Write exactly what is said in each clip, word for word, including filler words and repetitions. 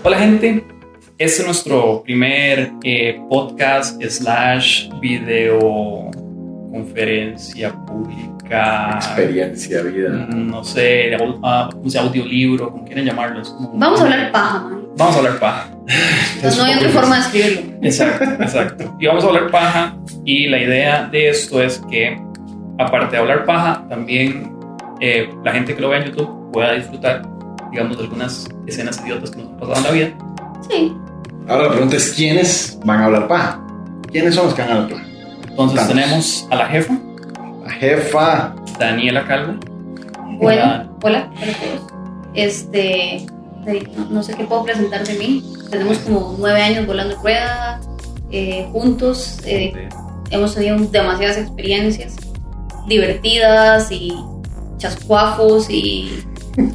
Hola gente, este es nuestro primer eh, podcast slash video conferencia pública, experiencia, vida, no sé, uh, no sé, audiolibro, como quieren llamarlo. Es como, vamos a hablar paja, man. Vamos a hablar paja. Entonces, no hay otra forma de escribirlo. Exacto, exacto. Y vamos a hablar paja, y la idea de esto es que, aparte de hablar paja, también eh, la gente que lo vea en YouTube pueda disfrutar, digamos, de algunas escenas idiotas que nos han pasado en la vida. Sí. Ahora la pregunta es, ¿quiénes van a hablar paja? ¿Quiénes son los que van a hablar paja? Entonces Tantos. Tenemos a la jefa, La jefa. Daniela Calvo. Bueno, Hola. hola, hola a todos. Este, no, no sé qué puedo presentar de mí. Tenemos como nueve años volando rueda, eh, juntos. Eh, hemos tenido demasiadas experiencias divertidas y chascuafos y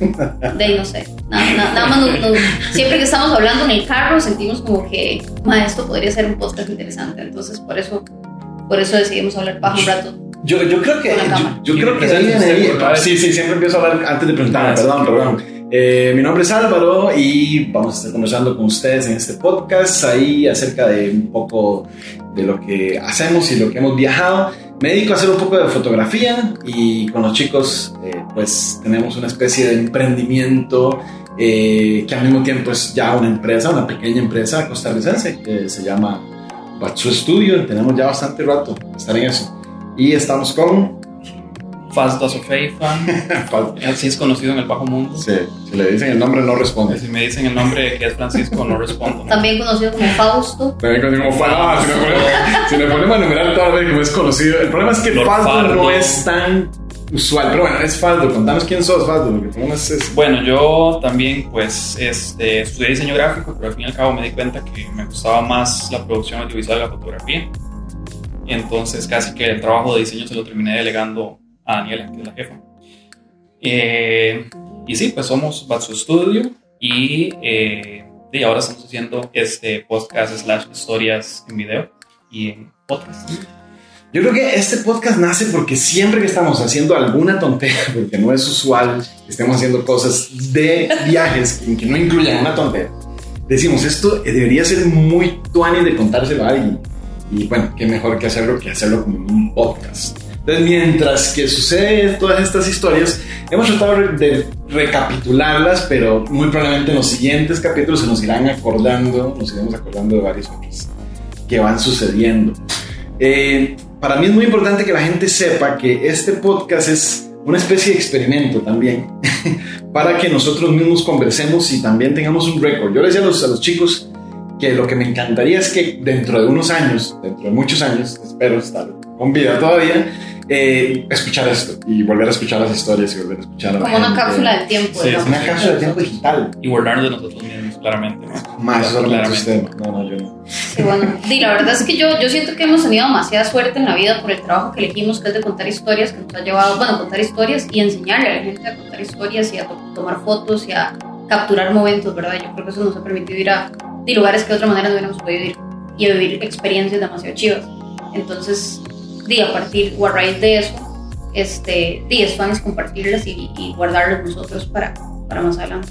de no sé, nada, nada, nada más nos, nos, siempre que estamos hablando en el carro sentimos como que, ma, esto podría ser un podcast interesante, entonces por eso por eso decidimos hablar paja un rato. Yo, yo creo que yo, yo creo que alguien ahí, sí, sí, siempre empiezo a hablar antes de preguntarme, perdón, perdón. Eh, mi nombre es Álvaro y vamos a estar conversando con ustedes en este podcast ahí acerca de un poco de lo que hacemos y lo que hemos viajado. Me dedico a hacer un poco de fotografía y con los chicos eh, pues tenemos una especie de emprendimiento eh, que al mismo tiempo es ya una empresa, una pequeña empresa costarricense que se llama Batsu Studio. Tenemos ya bastante rato de estar en eso y estamos con Fausto Sofeifa, así es conocido en el bajo mundo. Sí, si le dicen el nombre no responde. Si me dicen el nombre que es Francisco no respondo, ¿no? También conocido como Fausto. También conocido como Fausto. Ah, si, nos ponemos, si nos ponemos a enumerar toda la vez como es conocido. El problema es que Fausto no es tan usual. Pero bueno, es Fausto. Contanos quién sos, Fausto. Lo que ponemos es... Bueno, yo también pues este, estudié diseño gráfico, pero al fin y al cabo me di cuenta que me gustaba más la producción audiovisual de la fotografía. Y entonces casi que el trabajo de diseño se lo terminé delegando a Daniela, que es la jefa. Eh, y sí, pues somos Batsu Studio y, eh, y ahora estamos haciendo este podcast slash historias en video y en podcast. Yo creo que este podcast nace porque siempre que estamos haciendo alguna tontería, porque no es usual que estemos haciendo cosas de viajes que no incluyan una tontería, decimos, esto debería ser muy tuani de contárselo a alguien. Y bueno, qué mejor que hacerlo que hacerlo como en un podcast. Entonces, mientras que sucede todas estas historias, hemos tratado de recapitularlas, pero muy probablemente en los siguientes capítulos se nos irán acordando, nos iremos acordando de varios otros que van sucediendo. Eh, para mí es muy importante que la gente sepa que este podcast es una especie de experimento también, para que nosotros mismos conversemos y también tengamos un récord. Yo les decía a los, a los chicos que lo que me encantaría es que dentro de unos años, dentro de muchos años, espero estar con vida todavía, Eh, escuchar esto y volver a escuchar las historias y volver a escuchar a la como una gente. cápsula del tiempo, sí, digamos. Una cápsula del tiempo digital Y guardarnos de nosotros mismos, claramente, ¿no? más, eso Claramente. usted. No, no, yo no. Sí, bueno, y la verdad es que yo, yo siento que hemos tenido demasiada suerte en la vida por el trabajo que elegimos, que es de contar historias, que nos ha llevado, bueno, contar historias y enseñarle a la gente a contar historias y a to- tomar fotos y a capturar momentos, ¿verdad? Yo creo que eso nos ha permitido ir a de lugares que de otra manera no hubiéramos podido ir y a vivir experiencias demasiado chivas. Entonces, di, a partir o a raíz de eso, este, di, es fan es compartirlas y, y guardarlas nosotros para, para más adelante.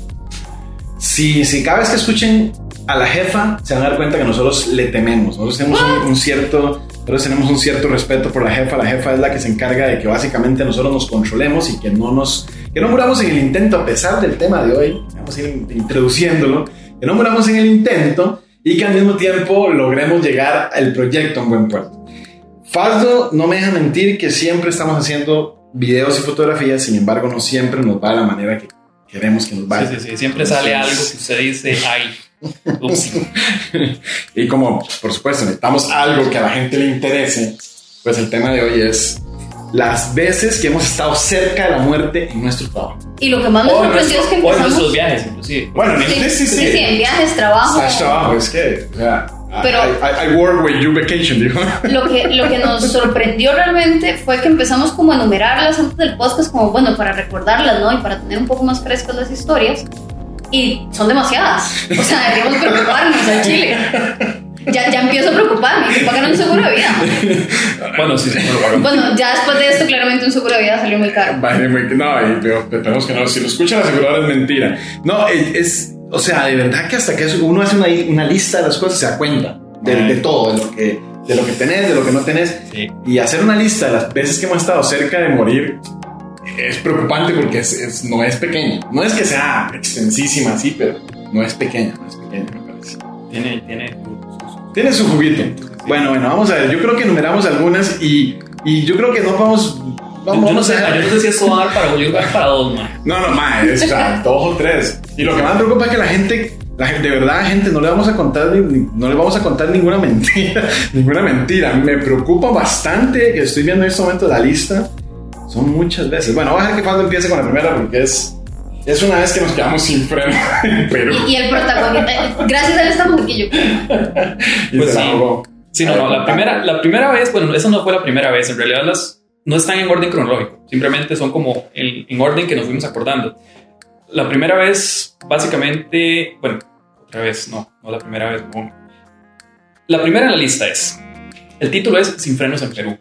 Sí, sí, cada vez que escuchen a la jefa se van a dar cuenta que nosotros le tememos. Nosotros tenemos un, un cierto, nosotros tenemos un cierto respeto por la jefa. La jefa es la que se encarga de que básicamente nosotros nos controlemos y que no nos, que no muramos en el intento, a pesar del tema de hoy. Vamos a ir introduciéndolo. Que no muramos en el intento y que al mismo tiempo logremos llegar al proyecto a un buen puerto. Fausto no me deja mentir que siempre estamos haciendo videos y fotografías, sin embargo no siempre nos va de la manera que queremos que nos vaya. Sí, sí, sí, siempre sale algo que usted dice, ay, ups. Y como por supuesto necesitamos algo que a la gente le interese, pues el tema de hoy es las veces que hemos estado cerca de la muerte en nuestro trabajo. Y lo que más me O en sorprendió es que nuestro- o en empezamos... nuestros viajes, inclusive. Bueno, en Sí, este sí, sí, sí, en viajes, trabajo. Slash trabajo, es que, o sea, Pero- I, I, I work with you vacation, digo. Lo que, lo que nos sorprendió realmente fue que empezamos como a enumerarlas antes del podcast, como bueno, para recordarlas, ¿no? Y para tener un poco más frescas las historias. Y son demasiadas. O sea, deberíamos preocuparnos al chile. Ya, ya empiezo a preocuparme. ¿Me pagan un seguro de vida? Bueno, sí, sí, me lo pagan. Bueno, ya después de esto, claramente un seguro de vida salió muy caro. Vale, muy- no, y, pero esperemos que no. Si lo escuchan, la aseguradora es mentira. No, es, es o sea, de verdad que hasta que uno hace una, una lista de las cosas se da cuenta de, de todo, de lo que, de lo que tenés, de lo que no tenés. Sí. Y hacer una lista de las veces que hemos estado cerca de morir es preocupante porque es, es, no es pequeña. No es que sea extensísima así, pero no es pequeña, no es pequeña, me parece. Tiene, tiene, tiene su juguito. Sí. Bueno, bueno, vamos a ver. Yo creo que enumeramos algunas y, y yo creo que no vamos... Vamos, yo, yo, no sé, a... yo no sé si esto va a dar para, yo para dos, man. No, no, man, es para dos o tres. Y lo que más me preocupa es que la gente, la gente, de verdad, gente, no le vamos a contar, no le vamos a contar ninguna mentira, ninguna mentira. Me preocupa bastante que estoy viendo en este momento la lista. Son muchas veces. Bueno, voy a dejar que Fando empiece con la primera porque es, es una vez que nos quedamos sin freno en Perú. Y, y el protagonista, gracias a él estamos aquí, yo y pues se sí. Sí, no, no, la primera, la primera vez, bueno, esa no fue la primera vez, en realidad las no están en orden cronológico, simplemente son como el, en orden que nos fuimos acordando. La primera vez, básicamente, bueno, otra vez, no, no la primera vez, no. La primera en la lista es, el título es Sin frenos en Perú.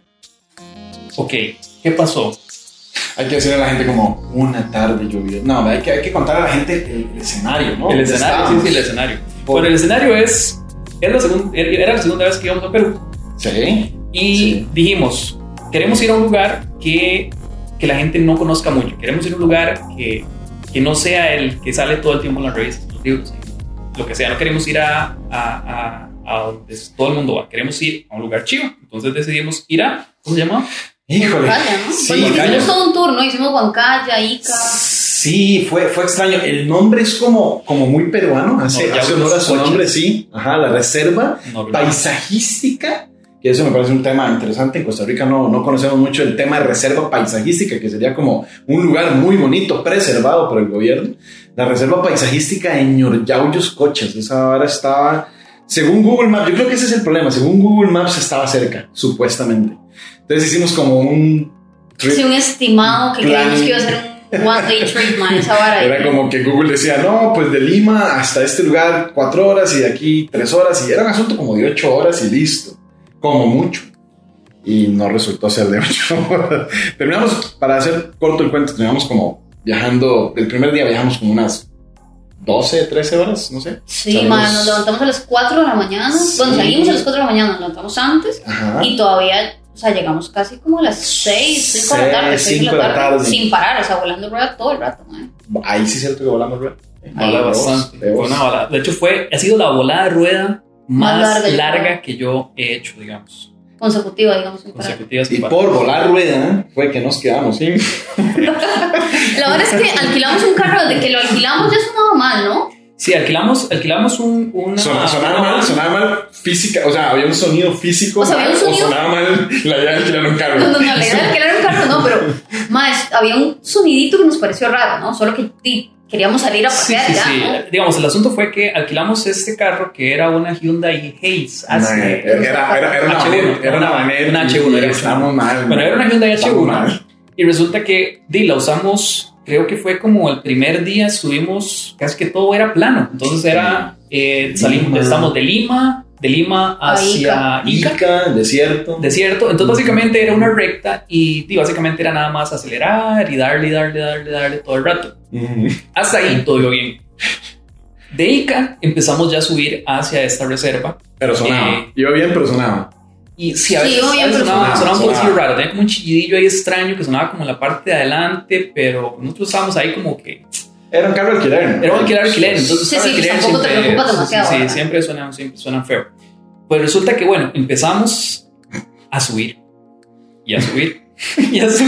Ok, ¿qué pasó? Hay que decirle a la gente como una tarde llovió. No, hay que, hay que contar a la gente el, el escenario, ¿no? El escenario, sí, sí, el escenario. Por... Bueno, el escenario es, era la, segun, era la segunda vez que íbamos a Perú. Sí. Y sí. dijimos, queremos ir a un lugar que, que la gente no conozca mucho. Queremos ir a un lugar que, que no sea el que sale todo el tiempo en las revistas, los libros, lo que sea. No queremos ir a, a, a, a donde todo el mundo va. Queremos ir a un lugar chivo. Entonces decidimos ir a, ¿cómo se llama? Híjole. Huancaya, ¿no? Sí, bueno, hicimos todo un tour, ¿no? Hicimos Huancaya, Ica. Sí, fue, fue extraño. El nombre es como, como muy peruano. Hace, no, hace honor a su nombre, sí. Ajá, la reserva no, paisajística. Que eso me parece un tema interesante. En Costa Rica no, no conocemos mucho el tema de reserva paisajística, que sería como un lugar muy bonito, preservado por el gobierno. La reserva paisajística en Ñoryauyos Cochas. Esa hora estaba, según Google Maps, yo creo que ese es el problema. Según Google Maps estaba cerca, supuestamente. Entonces hicimos como un... Trip, sí, un estimado que creíamos que iba a ser un one day trip, man, esa vara. Era como que Google decía, no, pues de Lima hasta este lugar cuatro horas y de aquí tres horas. Y era un asunto como de ocho horas y listo. Como mucho. Y no resultó ser de ocho horas. Terminamos, para hacer corto el cuento, terminamos como viajando, el primer día viajamos como unas doce, trece horas, no sé. Sí, salimos... man, nos levantamos a las cuatro de la mañana. Sí. Bueno, salimos a las cuatro de la mañana, nos levantamos antes. Ajá. Y todavía, o sea, llegamos casi como a las seis, cinco de la tarde, seis de la tarde, sin parar, o sea, volando rueda todo el rato, man. Ahí sí es cierto que volamos rueda. Volaba bastante. Fue una volada. De hecho, fue, ha sido la volada de rueda más, más larga, larga que yo he hecho, digamos. Consecutiva, digamos. Consecutiva, y por volar rueda fue que nos quedamos, ¿sí? La verdad es que alquilamos un carro, desde que lo alquilamos ya sonaba mal, ¿no? Sí, alquilamos, alquilamos un... Una, Son, sonaba una, mal, sonaba mal física, o sea, había un sonido físico, o sea, había un sonido... o sonaba mal la idea de alquilar un carro. No, no, no, la idea de alquilar un carro no, pero más, había un sonidito que nos pareció raro, ¿no? Solo que sí, queríamos salir a pasear sí, sí, ya, sí. ¿no? Digamos, el asunto fue que alquilamos este carro que era una Hyundai Haze. Hace, no, era, era, era, era, H uno, era una Vanet. Una H uno. Estamos mal. Bueno, era una Hyundai H uno. Y resulta que di, la usamos, creo que fue como el primer día, estuvimos, casi que todo era plano. Entonces era, eh, salimos, estamos de Lima, de Lima hacia Ica, Ica, desierto. Desierto. Entonces básicamente era una recta y, y básicamente era nada más acelerar y darle, darle, darle, darle todo el rato. Uh-huh. Hasta ahí todo iba bien. De Ica empezamos ya a subir hacia esta reserva. Pero sonaba. Eh, iba bien, pero sonaba. Y sí, a veces, sí, bien, a veces sonaba, sonaba un poquito raro. Tenía como un chillidillo ahí extraño que sonaba como en la parte de adelante, pero nosotros estábamos ahí como que... Era un carro alquiler. Era un alquiler alquiler. Entonces, sí, sí, alquiler tampoco siempre, te preocupa demasiado. Sí, sí, siempre suenan, siempre suenan feo. Pues resulta que, bueno, empezamos a subir. Y a subir. y a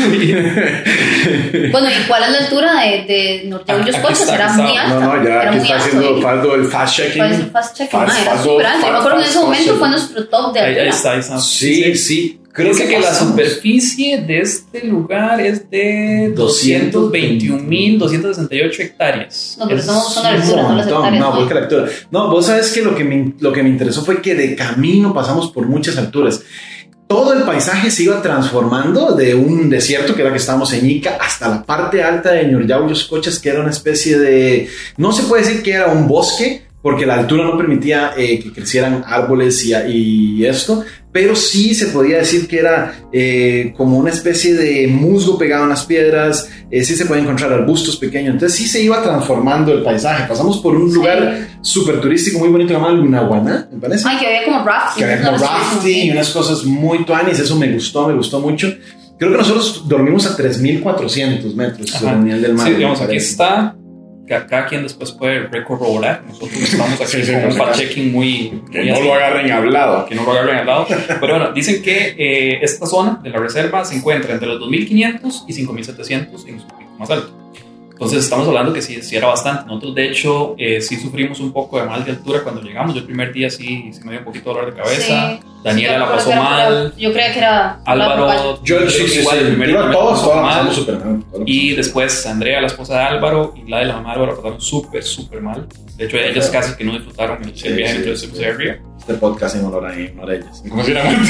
subir. Bueno, ¿y cuál es la altura de, de Ñoryauyos Cochas? Era muy alta. No, no, ya era aquí está haciendo faldo el fast checking. El fast checking, fast, era súper alto. Yo me acuerdo que en ese momento fue nuestro top de altura. Ahí está, ahí está. Sí, sí. Creo que, que la superficie de este lugar es de doscientos veintiún mil doscientos sesenta y ocho hectáreas. No, pero estamos son la altura, no las hectáreas. No, porque la altura. No, vos sabes que lo que, me, lo que me interesó fue que de camino pasamos por muchas alturas. Todo el paisaje se iba transformando de un desierto, que era que estábamos en Ica, hasta la parte alta de Ñoryauyos Cochas, que era una especie de... No se puede decir que era un bosque, porque la altura no permitía eh, que crecieran árboles y, y esto, pero sí se podía decir que era eh, como una especie de musgo pegado en las piedras, eh, sí se podían encontrar arbustos pequeños, entonces sí se iba transformando el paisaje. Pasamos por un lugar súper sí. turístico muy bonito llamado Lunahuaná, me parece. Ay, que había como rafting. Que había como rafting y unas cosas muy tuanis, eso me gustó, me gustó mucho. Creo que nosotros dormimos a tres mil cuatrocientos metros sobre el nivel del mar. Sí, digamos, aquí está. Cada quien después puede recorroborar. Nosotros estamos aquí sí, sí, con un fact-checking muy... Que muy no así, lo agarren hablado. Que no lo agarren hablado. Pero bueno, dicen que eh, esta zona de la reserva se encuentra entre los dos mil quinientos y cinco mil setecientos en su pico más alto. Entonces estamos hablando que sí, sí era bastante. Nosotros de hecho eh, sí sufrimos un poco de mal de altura cuando llegamos. Yo el primer día sí, sí me dio un poquito de dolor de cabeza. Sí, Daniela sí, la pasó mal. Yo creía que era... Álvaro. Yo el sí, sí, igual, sí. El primer día todos, todos pasamos súper mal. Y después Andrea, la esposa de Álvaro, y la de la mamá de Álvaro la pasaron súper, súper mal. De hecho ellas sí. casi que no disfrutaron el, sí, el viaje entre sí, sí. de arriba. Este podcast en honor a, en honor a ellas. ¿Cómo se llama?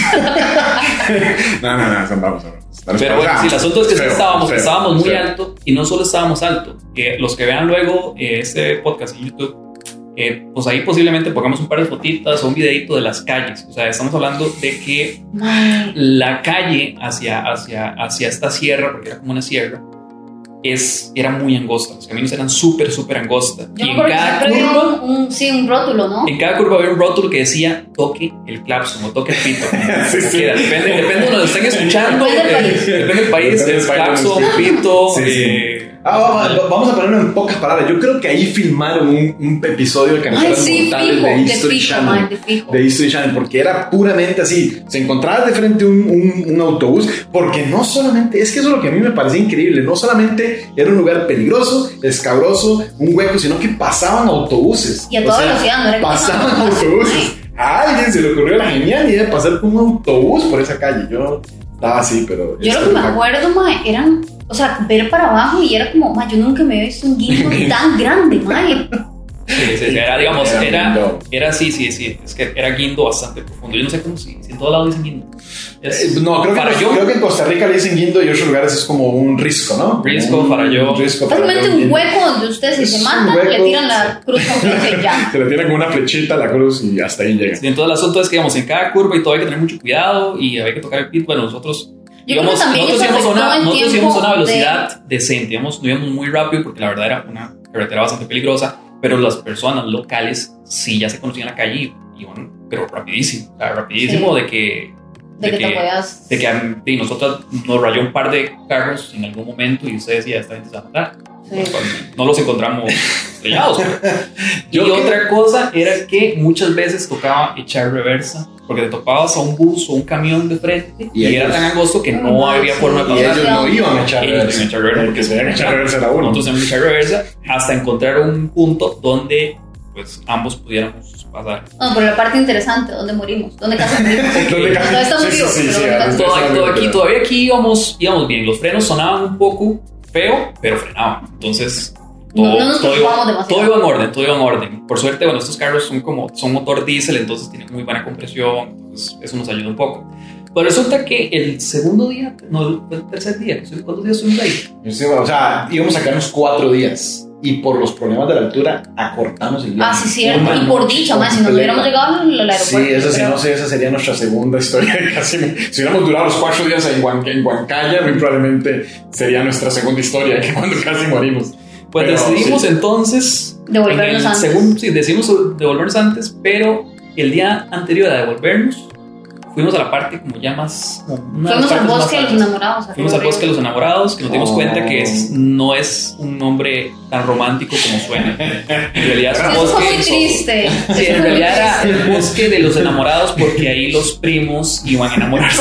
no, no, no, son vamos, vamos. Pero bueno, sí, el asunto es que feo, estábamos, feo, estábamos muy feo. alto, y no solo estábamos alto, que los que vean luego eh, este podcast en YouTube, eh, pues ahí posiblemente pongamos un par de fotitas o un videito de las calles. O sea, estamos hablando de que la calle hacia, hacia, hacia esta sierra, porque era como una sierra, es, era muy angosta. Los caminos eran súper, súper angostas. Yo y en cada curva, un, un, sí, un rótulo, ¿no? En cada curva había un rótulo que decía toque el claxon o toque el pito. sí, sí. Depende, depende de donde lo estén escuchando. Depende del país. Es claxon, pito. Sí, sí. Eh, Ah, vamos, vamos a ponerlo en pocas palabras. Yo creo que ahí filmaron un, un episodio de Carreteras sí, Mortales fijo, de History de fijo, Channel. Man, de, fijo. de History Channel, porque era puramente así. Se encontraba de frente un, un, un autobús, porque no solamente, es que eso es lo que a mí me parecía increíble, no solamente era un lugar peligroso, escabroso, un hueco, sino que pasaban autobuses. Y a toda velocidad, no era que pasaban autobuses. A alguien se le ocurrió la genial idea de pasar con un autobús por esa calle. Yo estaba así, pero... Yo lo que me acuerdo, ma, eran... O sea, ver para abajo y era como, ma, yo nunca me había visto un guindo tan grande, ma. Sí, sí, sí, era, digamos, era, era, era sí, sí, sí, es que era guindo bastante profundo. Yo no sé cómo si, si en todos lados dicen guindo. Es, eh, no, creo que, yo, creo que en Costa Rica le dicen guindo y en otros lugares es como un risco, ¿no? Risco, un, faralló. Básicamente un hueco donde ustedes si se matan, le tiran la cruz completa y ya. Se le tiran con una flechita a la cruz y hasta ahí llega. Sí, entonces el asunto es que, digamos, en cada curva y todo hay que tener mucho cuidado y hay que tocar el pit. Bueno, nosotros... Yo digamos, creo que nosotros íbamos a una, nosotros íbamos a una velocidad de... decente, íbamos, no íbamos muy rápido porque la verdad era una carretera bastante peligrosa, pero las personas locales sí ya se conocían la calle y iban, pero rapidísimo, o sea, rapidísimo sí. de que... De, de que, que te podías... De que de nosotros nos rayó un par de carros en algún momento y usted decía, esta gente se va a matar. Sí. No los encontramos estrellados. Y otra cosa era que muchas veces tocaba echar reversa porque te topabas a un bus o un camión de frente y, y era tan angosto que no ah, había sí. forma de pasar. Y ellos no iban a echar ellos reversa. Iban a echar reversa porque se iban a echar reversa la uno. Nosotros íbamos a echar reversa hasta encontrar un punto donde pues ambos pudiéramos pasar. No, pero la parte interesante, ¿dónde morimos? ¿Dónde casi morimos? ¿Dónde casi no estamos vivos? Sí, sí, sí, pero sí, todo, todo aquí, todavía aquí íbamos, íbamos bien. Los frenos sonaban un poco feo, pero frenaban. Entonces... Todo, no, no nos todo, iba, demasiado. todo iba en orden, todo iba en orden. Por suerte, bueno, estos carros son como son motor diésel, entonces tienen muy buena compresión, entonces eso nos ayuda un poco. Pero resulta que el segundo día, no, el tercer día, ¿cuántos días estuvimos ahí? Sí, o sea, íbamos a quedarnos cuatro días y por los problemas de la altura acortamos el viaje. Ah, sí, cierto. Y por dicha, más, si no hubiéramos llegado al aeropuerto. Sí, esa sí, no sé, esa sería nuestra segunda historia de casi. Si hubiéramos durado los cuatro días en, Huan, en Huancaya, muy probablemente sería nuestra segunda historia, que cuando casi morimos. Pues pero, decidimos sí. entonces devolvernos antes. Según, sí, decidimos devolvernos antes, pero el día anterior a devolvernos fuimos a la parte como ya más... Como fuimos al bosque de los enamorados. Fuimos al bosque de los enamorados, que nos dimos oh. cuenta que es, no es un nombre tan romántico como suena. En realidad es un sí, bosque... Eso fue muy triste. Sí, en realidad era el bosque de los enamorados porque ahí los primos iban a enamorarse.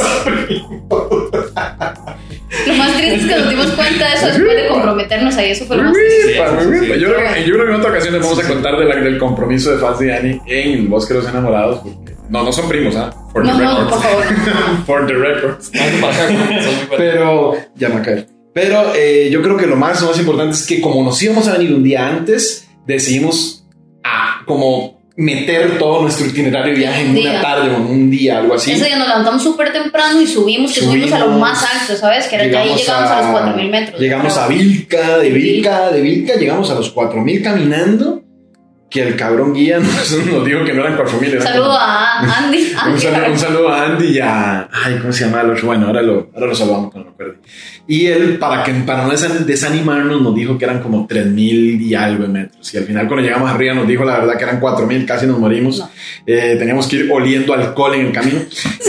Lo más triste es que nos dimos cuenta de eso después de comprometernos ahí. Eso fue lo más triste. Sí, sí, sí, yo, creo que, yo creo que en otra ocasión les vamos a contar de la, del compromiso de Faz y Dani en el bosque de los enamorados. Porque no, no son primos, ¿ah? ¿eh? For no, the no, records. por favor. For the records. Pero, ya me cae. Pero eh, yo creo que lo más, lo más importante es que como nos íbamos a venir un día antes, decidimos a, como meter todo nuestro itinerario de viaje en día. una tarde o en un día, algo así. Ese día nos levantamos súper temprano y subimos, que subimos, subimos a lo más alto, ¿sabes? Que era ya ahí llegamos a, a los cuatro mil metros. Llegamos a Vilca, de Vilca, de Vilca, llegamos a los cuatro mil caminando que el cabrón guía nos, nos dijo que no eran cuatro mil. Saludo a Andy. un, saludo, un saludo a Andy y a... Ay, ¿cómo se llama el otro? Bueno, ahora lo, ahora lo saludamos cuando me acuerde. Y él, para, que, para no desanimarnos, nos dijo que eran como tres mil y algo de metros. Y al final, cuando llegamos arriba, nos dijo la verdad que eran cuatro mil, casi nos morimos. No. Eh, teníamos que ir oliendo alcohol en el camino.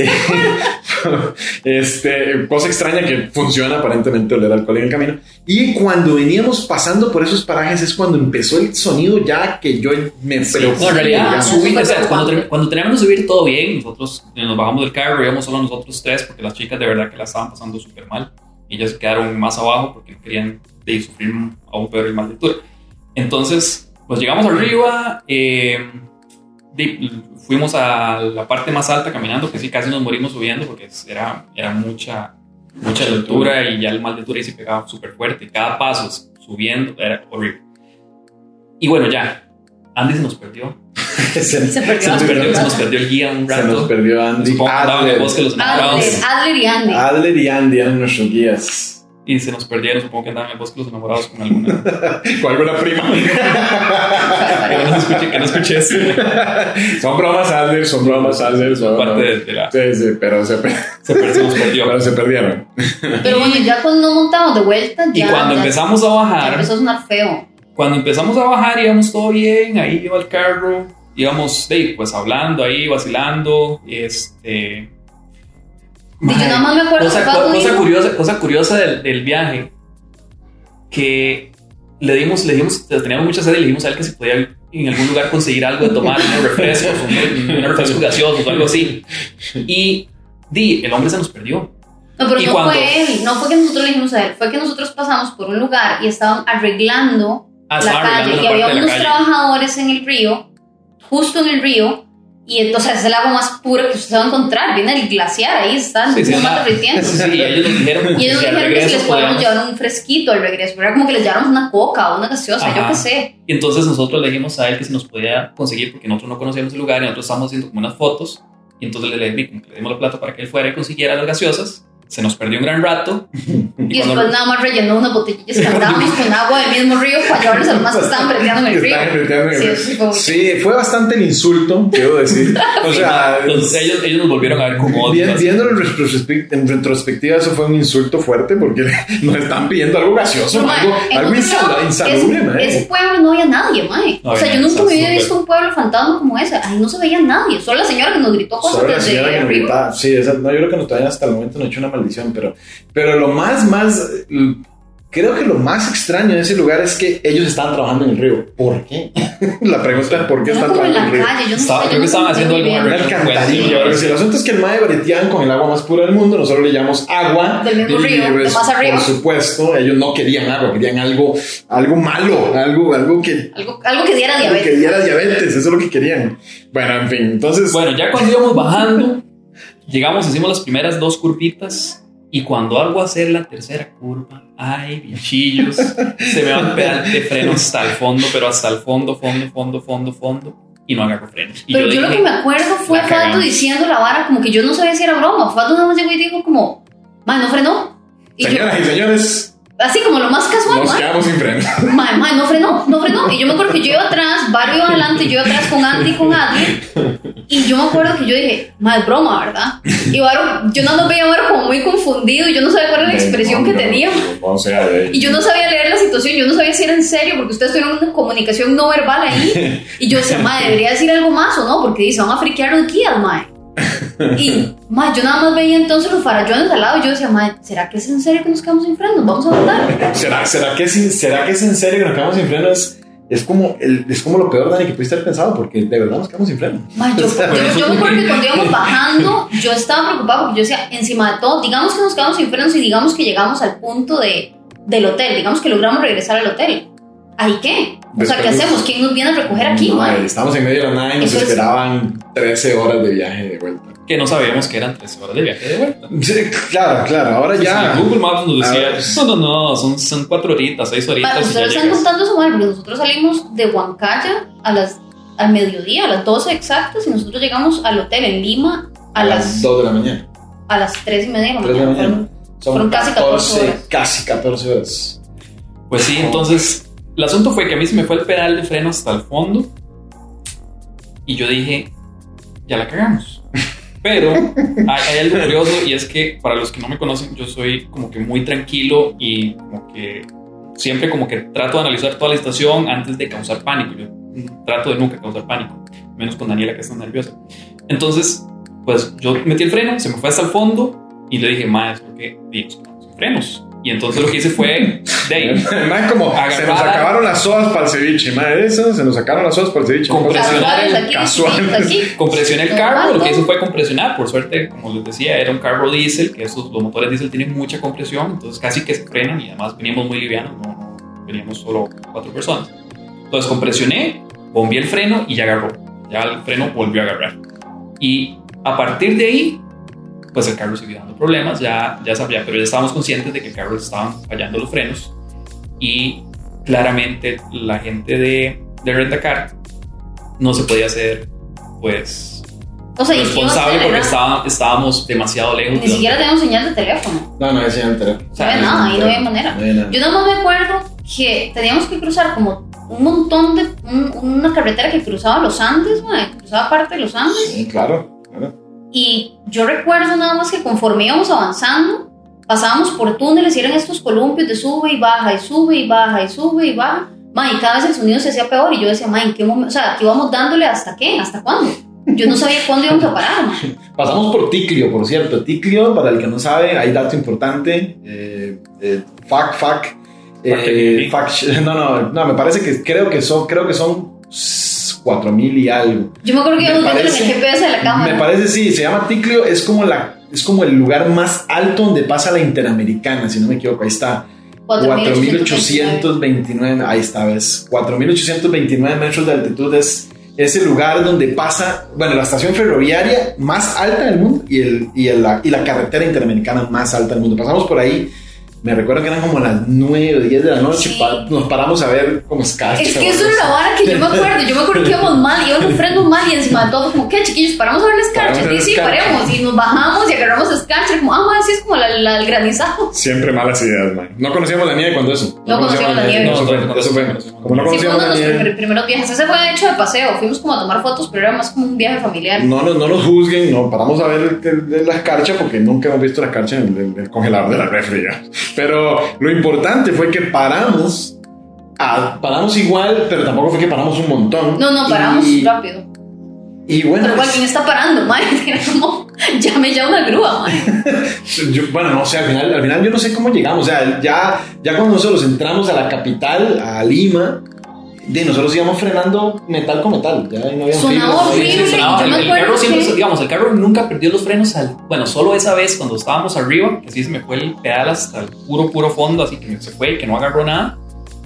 este, cosa extraña que funciona aparentemente oler alcohol en el camino. Y cuando veníamos pasando por esos parajes es cuando empezó el sonido ya que yo me sí, preocupé. No, en realidad, subir, o sea, cuando, cuando teníamos que subir todo bien, nosotros nos bajamos del carro, íbamos solo nosotros tres porque las chicas de verdad que la estaban pasando súper mal. Ellas quedaron más abajo porque no querían de sufrir aún peor el mal de altura. Entonces, pues llegamos arriba, eh, de, fuimos a la parte más alta caminando, que sí, casi nos morimos subiendo porque era, era mucha, mucha altura y ya el mal de altura ahí se pegaba súper fuerte. Cada paso subiendo era horrible. Y bueno, ya, Andy se nos perdió. se, se, perdió. se, nos perdió, se nos perdió el guía un rato. Se nos perdió Andy. Adler, en el bosque de los enamorados. Adler, Adler y Andy. Adler y Andy eran nuestros guías. Y se nos perdieron, supongo que andaban en el bosque de los enamorados con alguna... con alguna prima. que no escuché, que no escuché eso. Son bromas, Adler, son bromas, Adler. Son parte de, de la... Sí, sí, pero se, se, per se nos perdió. Pero se perdieron. Pero bueno, ya cuando montamos de vuelta, ya... Y cuando ya empezamos a bajar... Ya empezó a sonar feo. Cuando empezamos a bajar íbamos todo bien, ahí iba el carro, íbamos pues hablando ahí, vacilando, este... Y yo nada más me acuerdo cosa, que Pato cosa dijo... curiosa, cosa curiosa del, del viaje, que le dimos, le dimos, teníamos mucha sed y le dijimos a él que si podía en algún lugar conseguir algo de tomar, unos refrescos, unos refrescos gaseosos o algo así. Y di, el hombre se nos perdió. No, pero y no cuando, fue él, no fue que nosotros le dijimos a él, fue que nosotros pasamos por un lugar y estaban arreglando ah, la calle arreglando y había unos calle. trabajadores en el río, justo en el río, y entonces es el agua más pura que usted se va a encontrar, viene el glaciar, ahí está, sí, sí, no mata derritiendo. Sí, sí, ellos nos dijeron, y ellos nos dijeron que si les podíamos podíamos... llevar un fresquito al regreso, pero era como que les lleváramos una coca o una gaseosa, Ajá. yo qué sé. Y entonces nosotros le dijimos a él que si nos podía conseguir, porque nosotros no conocíamos el lugar y nosotros estábamos haciendo como unas fotos, y entonces le, le, le dimos la plata para que él fuera y consiguiera las gaseosas. Se nos perdió un gran rato. Y, y después cuando... nada más rellenó unas botellas que andábamos con agua del mismo río para llevarlos a los más que estaban breteando en el río. En el sí, río. Sí, sí, fue bastante el insulto, quiero decir. O sea, entonces ellos, ellos nos volvieron a ver como bien, viéndolo en, retrospect en retrospectiva, eso fue un insulto fuerte porque nos están pidiendo algo gaseoso, no, algo, algo insal insalubre. Ese, ese pueblo no había nadie, mae. No, o sea, yo nunca me había visto un pueblo fantasma como ese. Ahí no se veía nadie. Solo la señora que nos gritó cosas Solo desde la señora que nos gritaba. Sí, esa, no, yo creo que nos todavía hasta el momento nos ha hecho una maldición, pero Pero lo más, más, creo que lo más extraño de ese lugar es que ellos estaban trabajando en el río. ¿Por qué? La pregunta es ¿por qué están trabajando en el río? Calle, yo no Estaba, sé, creo que estaban haciendo alguna una alcantarilla. Pero si el asunto es que el mae breteaban con el agua más pura del mundo, nosotros le llamamos agua. Del mismo río, de más arriba. Por supuesto, ellos no querían agua, querían algo, algo malo, algo, algo que... Algo, algo que diera diabetes. Algo que diera diabetes, eso es lo que querían. Bueno, en fin, entonces... Bueno, ya cuando íbamos bajando, llegamos, hicimos las primeras dos curvitas. Y cuando algo hacer la tercera curva, ay, bichillos, se me va el pedal de freno hasta el fondo, pero hasta el fondo, fondo, fondo, fondo, fondo, y no agarro freno. Y pero yo, yo dije, lo que me acuerdo fue Fato diciendo la vara, como que yo no sabía si era broma. Fato nada más llegó y dijo como, man, no frenó. Y Señoras yo, y señores, así como lo más casual, nos man. quedamos sin freno. Man, man, no frenó, no frenó. Y yo me acuerdo que yo iba atrás, Barrio iba adelante, yo iba atrás con Andy y con Adler. Y yo me acuerdo que yo dije, man, es broma, ¿verdad? Y Baro, yo no lo veía a Baro como muy confundido y yo no sabía cuál era la expresión que tenía. Y yo no sabía leer la situación, yo no sabía si era en serio, porque ustedes tuvieron una comunicación no verbal ahí. Y yo decía, man, debería decir algo más o no, porque dice, van a friquear los guías, man. Y ma, yo nada más veía entonces los farallones al lado y yo decía, ma, ¿será que es en serio que nos quedamos sin freno? ¿Nos vamos a matar? ¿Será, será, que, es, ¿Será que es en serio que nos quedamos sin freno? Es, es, como, el, es como lo peor, Dani, que pudiste haber pensado, porque de verdad nos quedamos sin freno. Ma, yo, yo, yo, yo me acuerdo que cuando íbamos bajando, yo estaba preocupado porque yo decía, encima de todo, digamos que nos quedamos sin frenos y digamos que llegamos al punto de, del hotel, digamos que logramos regresar al hotel. ¿Ahí qué? O sea, ¿qué hacemos? ¿Quién nos viene a recoger aquí? No, estamos en medio de la nada y nos Eso esperaban es... trece horas de viaje de vuelta. Que no sabíamos que eran trece horas de viaje de vuelta. Sí, claro, claro. Ahora sí, ya. Sí, Google Maps nos decía, no, no, no, son, son cuatro horitas, seis horitas. Vale, ustedes están contando eso mal, porque nosotros salimos de Huancaya a las, al mediodía, a las doce exactas, y nosotros llegamos al hotel en Lima a, a las, las dos de la mañana. A las tres y media de la mañana. mañana. Fueron, son fueron casi catorce horas. Casi catorce horas. Pues sí, entonces. El asunto fue que a mí se me fue el pedal de freno hasta el fondo y yo dije, ya la cagamos. Pero hay, hay algo curioso, y es que para los que no me conocen, yo soy como que muy tranquilo y como que siempre como que trato de analizar toda la situación antes de causar pánico. Yo trato de nunca causar pánico, menos con Daniela, que está nerviosa. Entonces, pues yo metí el freno, se me fue hasta el fondo y le dije, maestro, que digo, sin frenos. Y entonces lo que hice fue de ahí, más como agarrar, se nos acabaron las sodas para el ceviche, madre, eso, se nos sacaron las sodas para el ceviche. Compresionar el, aquí, casual, aquí. Compresioné el carro, lo que hice fue compresionar. Por suerte, como les decía, era un carro diésel, que esos, los motores diésel tienen mucha compresión, entonces casi que se frenan, y además veníamos muy livianos, no, no veníamos solo cuatro personas. Entonces compresioné, bombeé el freno y ya agarró. Ya el freno volvió a agarrar. Y a partir de ahí, pues el carro siguió dando problemas, ya, ya sabía, pero ya estábamos conscientes de que el carro estaban fallando los frenos, y claramente la gente de, de Rentacar no se podía hacer, pues, o sea, responsable porque estaba, estábamos demasiado lejos. Ni siquiera teníamos señal de teléfono. No, no había señal de teléfono. O sea, no había nada, ahí no había manera. No había nada. Yo nada más me acuerdo que teníamos que cruzar como un montón de, un, una carretera que cruzaba los Andes, ¿no? Que cruzaba parte de los Andes. Sí, claro, claro. Y yo recuerdo nada más que conforme íbamos avanzando, pasábamos por túneles y eran estos columpios de sube y baja, y sube y baja, y sube y baja. Ma, y cada vez el sonido se hacía peor, y yo decía, ma, ¿en qué momento? O sea, aquí vamos dándole hasta qué, hasta cuándo. Yo no sabía cuándo íbamos a parar, ma. Pasamos por Ticlio, por cierto. Ticlio, para el que no sabe, hay dato importante. Eh, eh, fact, fact. Eh, fact no, no, no, me parece que creo que son, creo que son cuatro mil y algo. Yo me acuerdo que íbamos viendo en el G P S de la cámara. Me parece, sí, se llama Ticlio, es como la, es como el lugar más alto donde pasa la Interamericana, si no me equivoco, ahí está. cuatro mil ochocientos veintinueve, ahí está, ves, cuatro mil ochocientos veintinueve metros de altitud es ese lugar donde pasa, bueno, la estación ferroviaria más alta del mundo y, el, y, el, la, y la carretera interamericana más alta del mundo. Pasamos por ahí. Me recuerdo que eran como las nueve o diez de la noche, sí. pa- nos paramos a ver como escarcha. Es que eso era una vara que yo me acuerdo, yo me acuerdo que íbamos mal, íbamos frenos mal, y encima de todo como, ¿qué, chiquillos? Paramos a ver la escarcha, sí, sí, paremos, y nos bajamos y agarramos escarcha, como, ah, man, así es como la, la, el granizado. Siempre malas ideas, man. No conocíamos la nieve cuando eso. No, no conocíamos la nieve. No, eso fue, eso fue. Como no conocíamos sí, la nieve. Los primeros viajes, ese fue de hecho de paseo, fuimos como a tomar fotos, pero era más como un viaje familiar. No, no, no nos juzguen, no, paramos a ver el, el, la escarcha porque nunca hemos visto la escarcha en el, el, el congelador de la refri, pero lo importante fue que paramos, a, paramos igual, pero tampoco fue que paramos un montón. No, no, paramos y, rápido. Y bueno. Pero igual, ¿quién está parando, mae? Era como, llame ya una grúa, mae. Yo, bueno, no sé, al final, al final yo no sé cómo llegamos. O sea, ya, ya cuando nosotros entramos a la capital, a Lima, de nosotros íbamos frenando metal con metal. Ya no había sonaba horrible. Sí, sonaba, el, el carro siempre, que... digamos, el carro nunca perdió los frenos. Al, bueno, solo esa vez cuando estábamos arriba, que sí se me fue el pedal hasta el puro, puro fondo, así que se fue, que no agarró nada.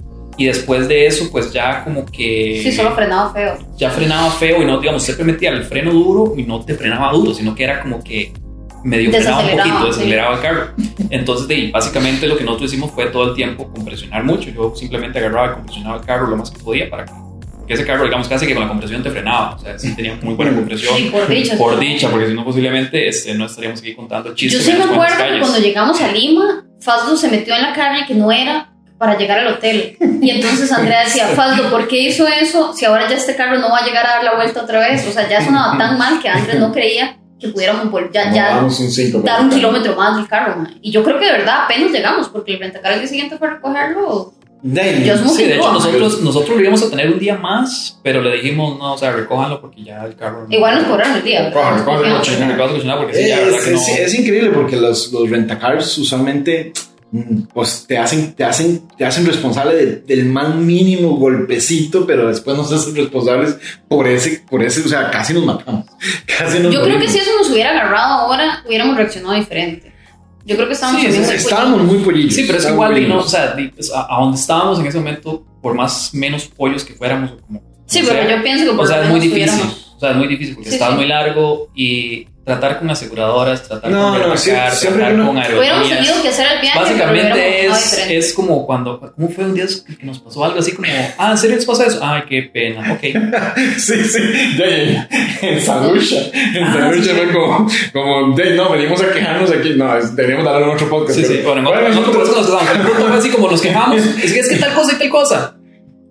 Y después de eso, pues ya como que... Sí, solo frenaba feo. Ya frenaba feo y no, digamos, siempre metía el freno duro y no te frenaba duro, sino que era como que medio frenaba un poquito, desaceleraba sí. el carro. Entonces, de, básicamente lo que nosotros hicimos fue todo el tiempo compresionar mucho. Yo simplemente agarraba y compresionaba el carro lo más que podía para que, que ese carro, digamos, casi que con la compresión te frenaba. O sea, sí tenía muy buena compresión. Sí, por dicha. Por dicha, porque si no, posiblemente este, no estaríamos aquí contando chistes. Yo sí me acuerdo que cuando llegamos a Lima, Faldo se metió en la carne que no era para llegar al hotel. Y entonces Andrea decía, Faldo, ¿por qué hizo eso si ahora ya este carro no va a llegar a dar la vuelta otra vez? O sea, ya sonaba tan mal que Andrea no creía que pudiéramos volver, ya, ya un cinco, dar un kilómetro más del carro, man. Y yo creo que de verdad apenas llegamos, porque el rentacar el día siguiente fue a recogerlo. De, yo sí, de hecho nosotros, nosotros lo íbamos a tener un día más, pero le dijimos, no, o sea, recójanlo porque ya el carro... No, igual nos cobraron el día, ¿verdad? Recójanlo, recójanlo porque sí, ya, verdad que no... Es, es increíble porque los, los rentacars usualmente... pues te hacen, te hacen, te hacen responsable de, del más mínimo golpecito, pero después nos hacen responsables por ese, por ese, o sea, casi nos matamos. Casi nos Yo morimos. creo que si eso nos hubiera agarrado ahora, hubiéramos reaccionado diferente. Yo creo que estábamos sí, muy estábamos muy pollillos. Sí, pero es igual, ¿no? O sea, a, a donde estábamos en ese momento, por más menos pollos que fuéramos, como, sí, como pero sea, yo pienso que por o sea, lo es muy menos difícil. Tuviéramos... O sea, es muy difícil porque sí, estaba sí. muy largo y tratar con aseguradoras, tratar no, con no, Rentacar, sí, tratar no. con aerolíneas. Hubiéramos tenido que hacer el viaje. Básicamente es, es como cuando, ¿cómo fue un día que nos pasó algo así como, ah, ¿en serio les pasó eso? Ay, qué pena, ok. sí, sí, ya, ya, en Salucha, en ah, Salucha sí, fue sí. como, como, de, no, venimos a quejarnos aquí, no, deberíamos darle en otro podcast. Sí, pero, sí, bueno, en otro, bueno, en otro podcast nos quedamos, pero fue así como nos quejamos, es que es que tal cosa y tal cosa. Ajá.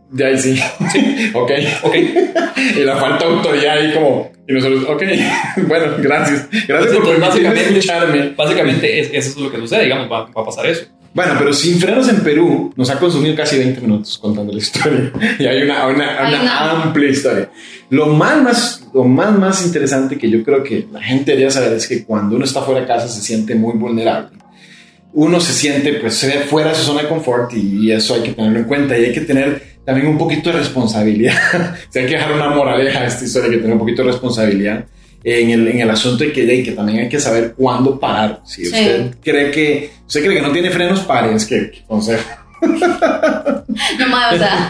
De ahí sí. Sí. Ok. Ok. Y la falta de autoridad ahí como... Y nosotros, ok, bueno, gracias. Gracias Entonces, por básicamente, escucharme. Básicamente es, eso es lo que sucede, digamos, va, va a pasar eso. Bueno, pero Sin Frenos en Perú nos ha consumido casi veinte minutos contando la historia. Y hay una, una, hay una, una amplia historia. Lo más, más, lo más, más interesante que yo creo que la gente debería saber es que cuando uno está fuera de casa se siente muy vulnerable. Uno se siente pues fuera de su zona de confort y eso hay que tenerlo en cuenta y hay que tener también un poquito de responsabilidad. O sea, hay que dejar una moraleja a esta historia, hay que tener un poquito de responsabilidad en el, en el asunto de que, de que también hay que saber cuándo parar. Si sí. usted cree que usted cree que no tiene frenos, pare, es que, que consejo. No más, o sea.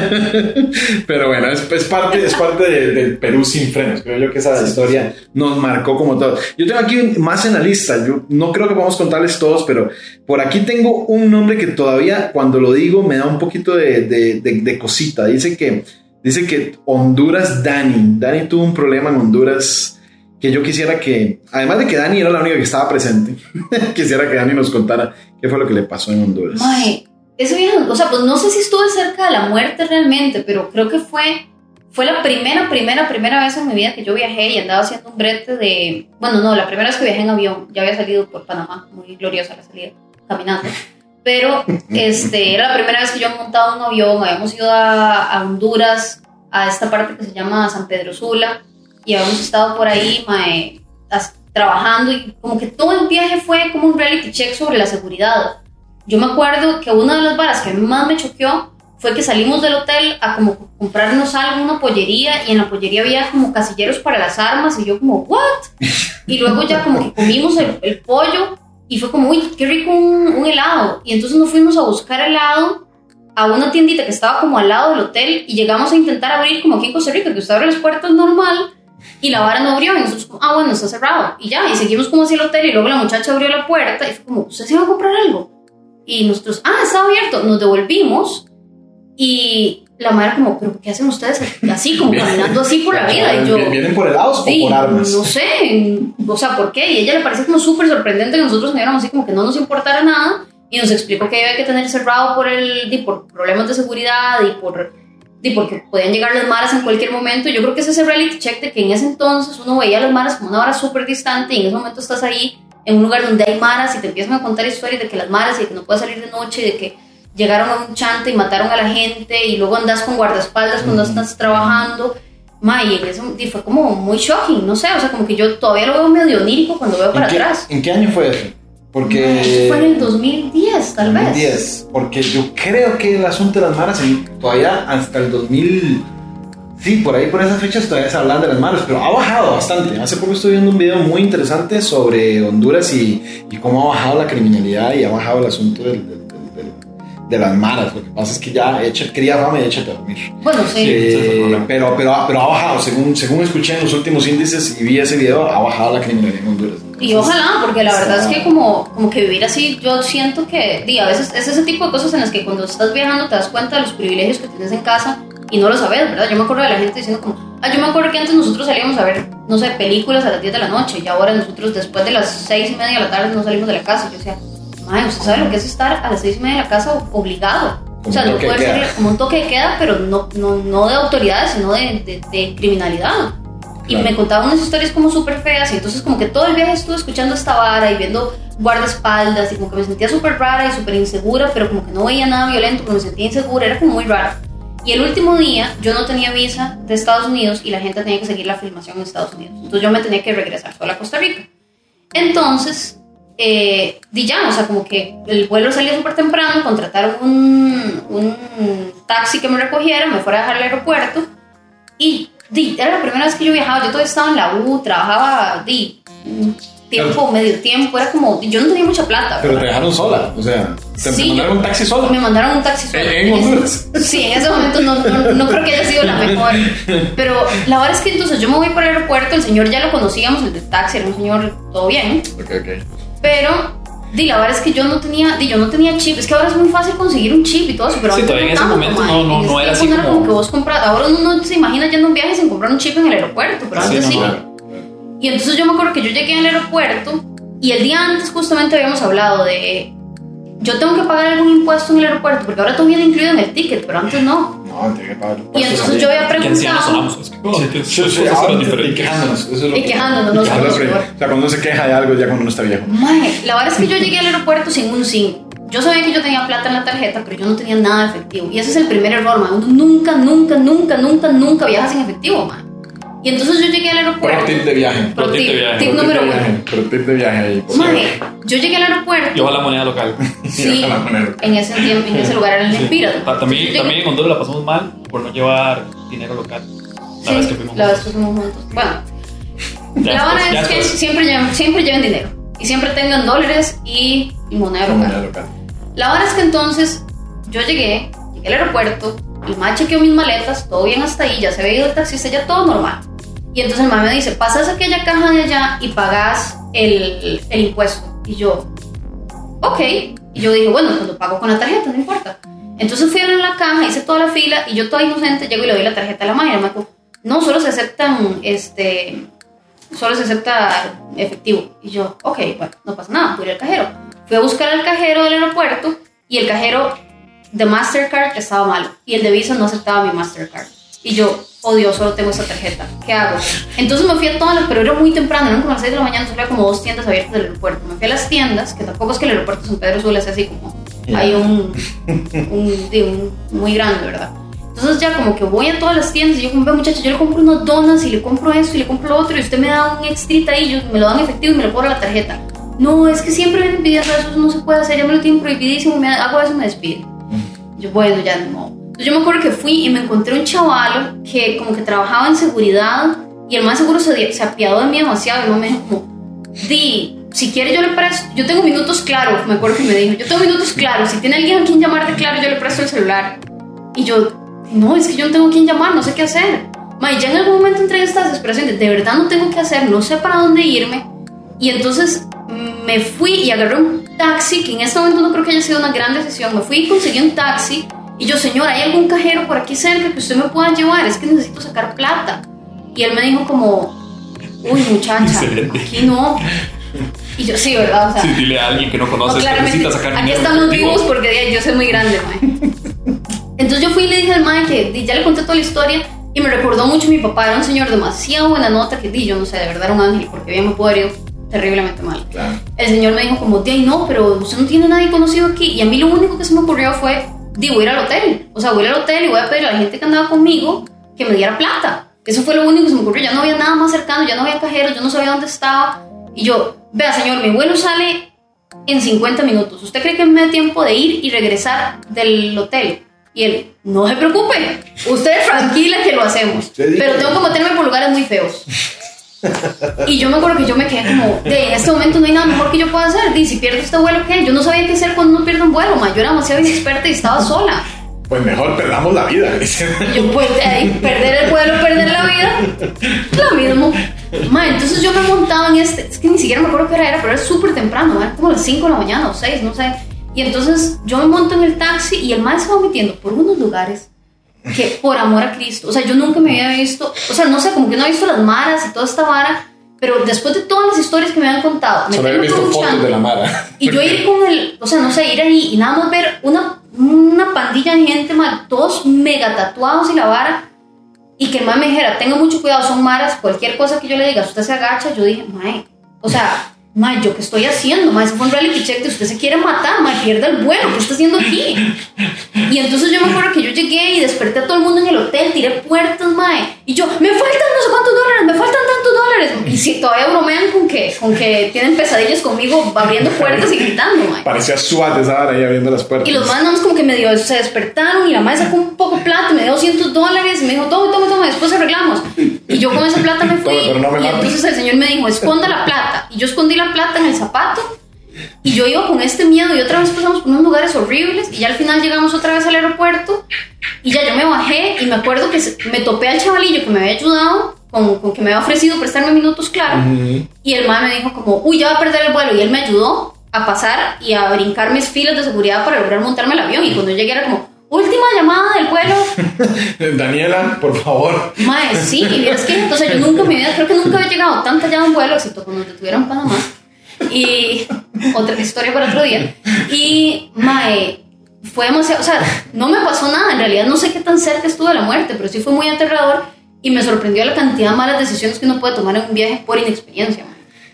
Pero bueno, es, es parte, es parte del de Perú sin frenos. Creo yo que esa historia nos marcó como todo. Yo tengo aquí más en la lista. Yo no creo que podamos contarles todos, pero por aquí tengo un nombre que todavía cuando lo digo me da un poquito de, de, de, de cosita. Dice que, dice que Honduras Dani. Dani tuvo un problema en Honduras que yo quisiera que, además de que Dani era la única que estaba presente, quisiera que Dani nos contara qué fue lo que le pasó en Honduras. Mae, eso bien, o sea, pues no sé si estuve cerca de la muerte realmente, pero creo que fue, fue la primera, primera, primera vez en mi vida que yo viajé y andaba haciendo un brete de, bueno, no, la primera vez que viajé en avión, ya había salido por Panamá, muy gloriosa la salida, caminando, pero este, era la primera vez que yo montaba un avión, habíamos ido a, a Honduras, a esta parte que se llama San Pedro Sula, y habíamos estado por ahí, mae, as, trabajando, y como que todo el viaje fue como un reality check sobre la seguridad. Yo me acuerdo que una de las varas que más me choqueó fue que salimos del hotel a como comprarnos algo en una pollería y en la pollería había como casilleros para las armas y yo como, ¿what? Y luego ya como que comimos el, el pollo y fue como, uy, qué rico un, un helado. Y entonces nos fuimos a buscar helado a una tiendita que estaba como al lado del hotel y llegamos a intentar abrir como aquí en Costa Rica, que usted abre las puertas normal y la vara no abrió y nosotros como, ah, bueno, está cerrado. Y ya, y seguimos como hacia el hotel y luego la muchacha abrió la puerta y fue como, ¿usted se iba a comprar algo? Y nosotros, ah, está abierto. Nos devolvimos y la madre como, ¿pero qué hacen ustedes así, como caminando así por la vida? Y yo, ¿vienen por helados o por armas? No sé, o sea, ¿por qué? Y a ella le pareció como súper sorprendente que nosotros no éramos así como que no nos importara nada y nos explicó que había que tener cerrado por, el, y por problemas de seguridad y por... y porque podían llegar las maras en cualquier momento. Yo creo que es ese reality check de que en ese entonces uno veía a las maras como una vara súper distante y en ese momento estás ahí en un lugar donde hay maras y te empiezan a contar historias de que las maras y de que no puedes salir de noche y de que llegaron a un chante y mataron a la gente y luego andas con guardaespaldas cuando estás trabajando. Ma, y eso y fue como muy shocking, no sé, o sea, como que yo todavía lo veo medio onírico cuando veo para ¿En qué, atrás. ¿En qué año fue eso? Porque... Eso fue en el dos mil diez, tal vez. dos mil diez, porque yo creo que el asunto de las maras todavía hasta el dos mil... Sí, por ahí, por esas fechas todavía se hablan de las maras, pero ha bajado bastante. Hace poco estuve viendo un video muy interesante sobre Honduras y, y cómo ha bajado la criminalidad y ha bajado el asunto del, del, del, del, de las maras. Lo que pasa es que ya echa, cría fama y échate a dormir. Bueno, sí. Eh, pero, pero, pero ha bajado, según, según escuché en los últimos índices y vi ese video, ha bajado la criminalidad en Honduras. Entonces, y ojalá, porque la verdad está... es que como, como que vivir así, yo siento que, di, a veces es ese tipo de cosas en las que cuando estás viajando te das cuenta de los privilegios que tienes en casa y no lo sabes, ¿verdad? Yo me acuerdo de la gente diciendo como, ah, yo me acuerdo que antes nosotros salíamos a ver, no sé, películas a las diez de la noche y ahora nosotros después de las seis y media de la tarde no salimos de la casa. Y yo decía, madre, ¿usted sabe lo que es estar a las seis y media de la casa obligado? O sea, no poder salir como un toque de queda, pero no, no, no de autoridades, sino de, de, de criminalidad. Y claro, me contaban unas historias como súper feas y entonces como que todo el viaje estuve escuchando esta vara y viendo guardaespaldas y como que me sentía súper rara y súper insegura, pero como que no veía nada violento, pero me sentía insegura, era como muy raro. Y el último día yo no tenía visa de Estados Unidos y la gente tenía que seguir la filmación en Estados Unidos. Entonces yo me tenía que regresar sola a Costa Rica. Entonces, eh, di ya, o sea, como que el vuelo salía súper temprano, contrataron un, un taxi que me recogiera, me fuera a dejar al aeropuerto y di, era la primera vez que yo viajaba, yo todavía estaba en la U, trabajaba, di, tiempo, claro, medio tiempo, era como, yo no tenía mucha plata. Pero te dejaron sola, o sea, ¿te sí, mandaron un taxi sola? Me mandaron un taxi sola. ¿En Honduras? Sí, en ese momento no, no, no creo que haya sido la mejor, pero la verdad es que entonces yo me voy para el aeropuerto, el señor ya lo conocíamos, el del taxi era un señor todo bien, okay, okay, pero di, la verdad es que yo no tenía, di, yo no tenía chip, es que ahora es muy fácil conseguir un chip y todo eso, pero sí, todavía en ese momento como, no, no, no era así como... como... que vos compras, ahora uno no se imagina yendo a un viaje sin comprar un chip en el aeropuerto, pero antes sí, no, sí. No. Y entonces yo me acuerdo que yo llegué al aeropuerto y el día antes justamente habíamos hablado de, yo tengo que pagar algún impuesto en el aeropuerto, porque ahora todo viene incluido en el ticket, pero antes no. No, No, tiene que pagar. Y entonces yo había preguntado. Sonamos, es que, oh, sí, que sí, sí, cosas ah, diferentes. y quejándonos. Eso es lo Y que- quejándonos, no Ya, somos pero- peor. O sea, cuando uno se queja de algo ya cuando uno está viejo. Mae, la verdad es que yo llegué al aeropuerto sin un cinco. Yo sabía que yo tenía plata en la tarjeta, pero yo no tenía nada de efectivo. Y ese es el primer error, mae. Uno nunca, nunca, nunca, nunca, nunca viaja sin efectivo, mae. Y entonces yo llegué al aeropuerto. Pro tip de viaje. Pro Pro tip de viaje. Tip Pro tip número de uno. viaje, Pro tip de viaje ahí. por Mae, yo llegué al Y aeropuerto. ojalá moneda local. Sí, ojalá ponerlo. en ese tiempo, en ese lugar era el Empira. Ta- También, también en Honduras la pasamos mal por no llevar dinero local. La vez que fuimos. la vez que fuimos juntos. Bueno, Ya la verdad después, ya es que después. siempre lleven, siempre lleven dinero. Y siempre tengan dólares y, y moneda Como local. moneda local. La verdad es que entonces yo llegué, llegué al aeropuerto, el man chequeó mis maletas, todo bien hasta ahí, ya se había ido el taxista, ya todo normal. Y entonces el man me dice, pasas a aquella caja de allá y pagas el, el impuesto. Y yo, ok. Y yo dije, bueno, pues lo pago con la tarjeta, no importa. Entonces fui a la caja, hice toda la fila y yo toda inocente llego y le doy la tarjeta a la man y el man dijo, no, solo se aceptan, este, solo se acepta efectivo. Y yo, ok, bueno, no pasa nada, voy al cajero. Fui a buscar al cajero del aeropuerto y el cajero de Mastercard estaba malo y el de Visa no aceptaba mi Mastercard. Y yo, oh Dios, solo tengo esa tarjeta, ¿qué hago? Entonces me fui a todas las, pero era muy temprano, eran como las seis de la mañana, entonces había como dos tiendas abiertas del aeropuerto. Me fui a las tiendas, que tampoco es que el aeropuerto de San Pedro Sula sea así como, hay un, un, sí, un muy grande, ¿verdad? Entonces ya como que voy a todas las tiendas y yo como, ve muchachos, yo le compro unos donuts y le compro esto y le compro lo otro y usted me da un extrita ahí, yo, me lo dan efectivo y me lo cobra la tarjeta. No, es que siempre vienen pidiendo eso, eso no se puede hacer, ya me lo tienen prohibidísimo, me hago eso y me despiden. Yo, bueno, ya no. Entonces yo me acuerdo que fui y me encontré un chavalo que como que trabajaba en seguridad y el más seguro se, se apiadó de mí demasiado y el man me dijo como, di, si quiere yo le presto, yo tengo minutos claros, me acuerdo que me dijo, yo tengo minutos claros, si tiene alguien a quien llamar de claro yo le presto el celular. Y yo, no, es que yo no tengo a quien llamar, no sé qué hacer. Ma, y ya en algún momento entré en esta desesperación de, de verdad no tengo qué hacer, no sé para dónde irme. Y entonces me fui y agarré un taxi, que en este momento no creo que haya sido una gran decisión. Me fui y conseguí un taxi. Y yo, señor, ¿hay algún cajero por aquí cerca que usted me pueda llevar? Es que necesito sacar plata. Y él me dijo como, uy, muchacha, Excelente. aquí no. Y yo, sí, ¿verdad? O sea, Sí, dile a alguien que no no, conoces que claramente, necesita sacar aquí dinero estamos efectivo. vivos porque de- yo soy muy grande, mae. Entonces yo fui y le dije al mae que di, ya le conté toda la historia y me recordó mucho a mi papá. Era un señor demasiado buena nota que di, yo no sé, de verdad era un ángel porque bien me pudo haber ido terriblemente mal. Claro. El señor me dijo como, di, no, pero usted no tiene a nadie conocido aquí. Y a mí lo único que se me ocurrió fue, di, voy a ir al hotel. O sea, voy a ir al hotel y voy a pedir a la gente que andaba conmigo que me diera plata. Eso fue lo único que se me ocurrió. Ya no había nada más cercano, ya no había cajeros, yo no sabía dónde estaba. Y yo, vea señor, mi vuelo sale en cincuenta minutos. ¿Usted cree que me da tiempo de ir y regresar del hotel? Y él, no se preocupe, usted tranquila que lo hacemos. Pero tengo que meterme por lugares muy feos. Y yo me acuerdo que yo me quedé como, de, en este momento no hay nada mejor que yo pueda hacer. Di, si pierdo este vuelo, ¿qué? Yo no sabía qué hacer cuando uno pierde un vuelo, ma. Yo era demasiado inexperta y estaba sola. Pues mejor perdamos la vida. Y yo, pues, de ahí, perder el vuelo, perder la vida, lo mismo. Ma, entonces yo me montaba en este, es que ni siquiera me acuerdo qué hora era, pero era súper temprano, era como las cinco de la mañana o seis, no sé. Y entonces yo me monto en el taxi y el man se va metiendo por unos lugares que, por amor a Cristo, o sea, yo nunca me había visto, o sea, no sé, como que no he visto las maras y toda esta vara, pero después de todas las historias que me habían contado, me Solo había visto fotos de la Mara. y yo ir con el, o sea, no sé, ir ahí y nada más ver una, una pandilla de gente, man, todos mega tatuados y la vara, y que el man me dijera, tenga mucho cuidado, son maras, cualquier cosa que yo le diga, usted se agacha, yo dije, mae, o sea, mae, ¿yo qué estoy haciendo? Mae, ese fue un reality check de usted se quiere matar, mae, pierda el vuelo, ¿qué está haciendo aquí? Y entonces yo me acuerdo que yo llegué y desperté a todo el mundo en el hotel, tiré puertas, mae, y yo, me faltan no sé cuántos dólares, me faltan tantos dólares, y si todavía bromean con que, con que tienen pesadillas conmigo abriendo puertas y gritando, mae. Parecía SWAT esa hora ahí abriendo las puertas. Y los más como que medio se despertaron y la madre sacó un poco de plata, me dio doscientos dólares y me dijo, toma, toma, toma, después arreglamos. Y yo con esa plata me fui. Toma, pero no me y mates. entonces el señor me dijo, esconda la plata. Y yo escondí la plata en el zapato y yo iba con este miedo y otra vez pasamos por unos lugares horribles y ya al final llegamos otra vez al aeropuerto y ya yo me bajé y me acuerdo que se- me topé al chavalillo que me había ayudado, con, con que me había ofrecido prestarme minutos, claro. Ujú. Y el man me dijo como, uy, ya va a perder el vuelo. Y él me ayudó a pasar y a brincar mis filas de seguridad para lograr montarme al avión. Y cuando llegué era como, última llamada del vuelo. Daniela, por favor. Mae, sí, y es que, o sea, yo nunca en mi vida, creo que nunca había llegado tan allá a un vuelo, excepto cuando te tuvieron en Panamá. Y otra historia para otro día. Y, mae, fue demasiado, o sea, no me pasó nada, en realidad no sé qué tan cerca estuve de la muerte, pero sí fue muy aterrador y me sorprendió la cantidad de malas decisiones que uno puede tomar en un viaje por inexperiencia.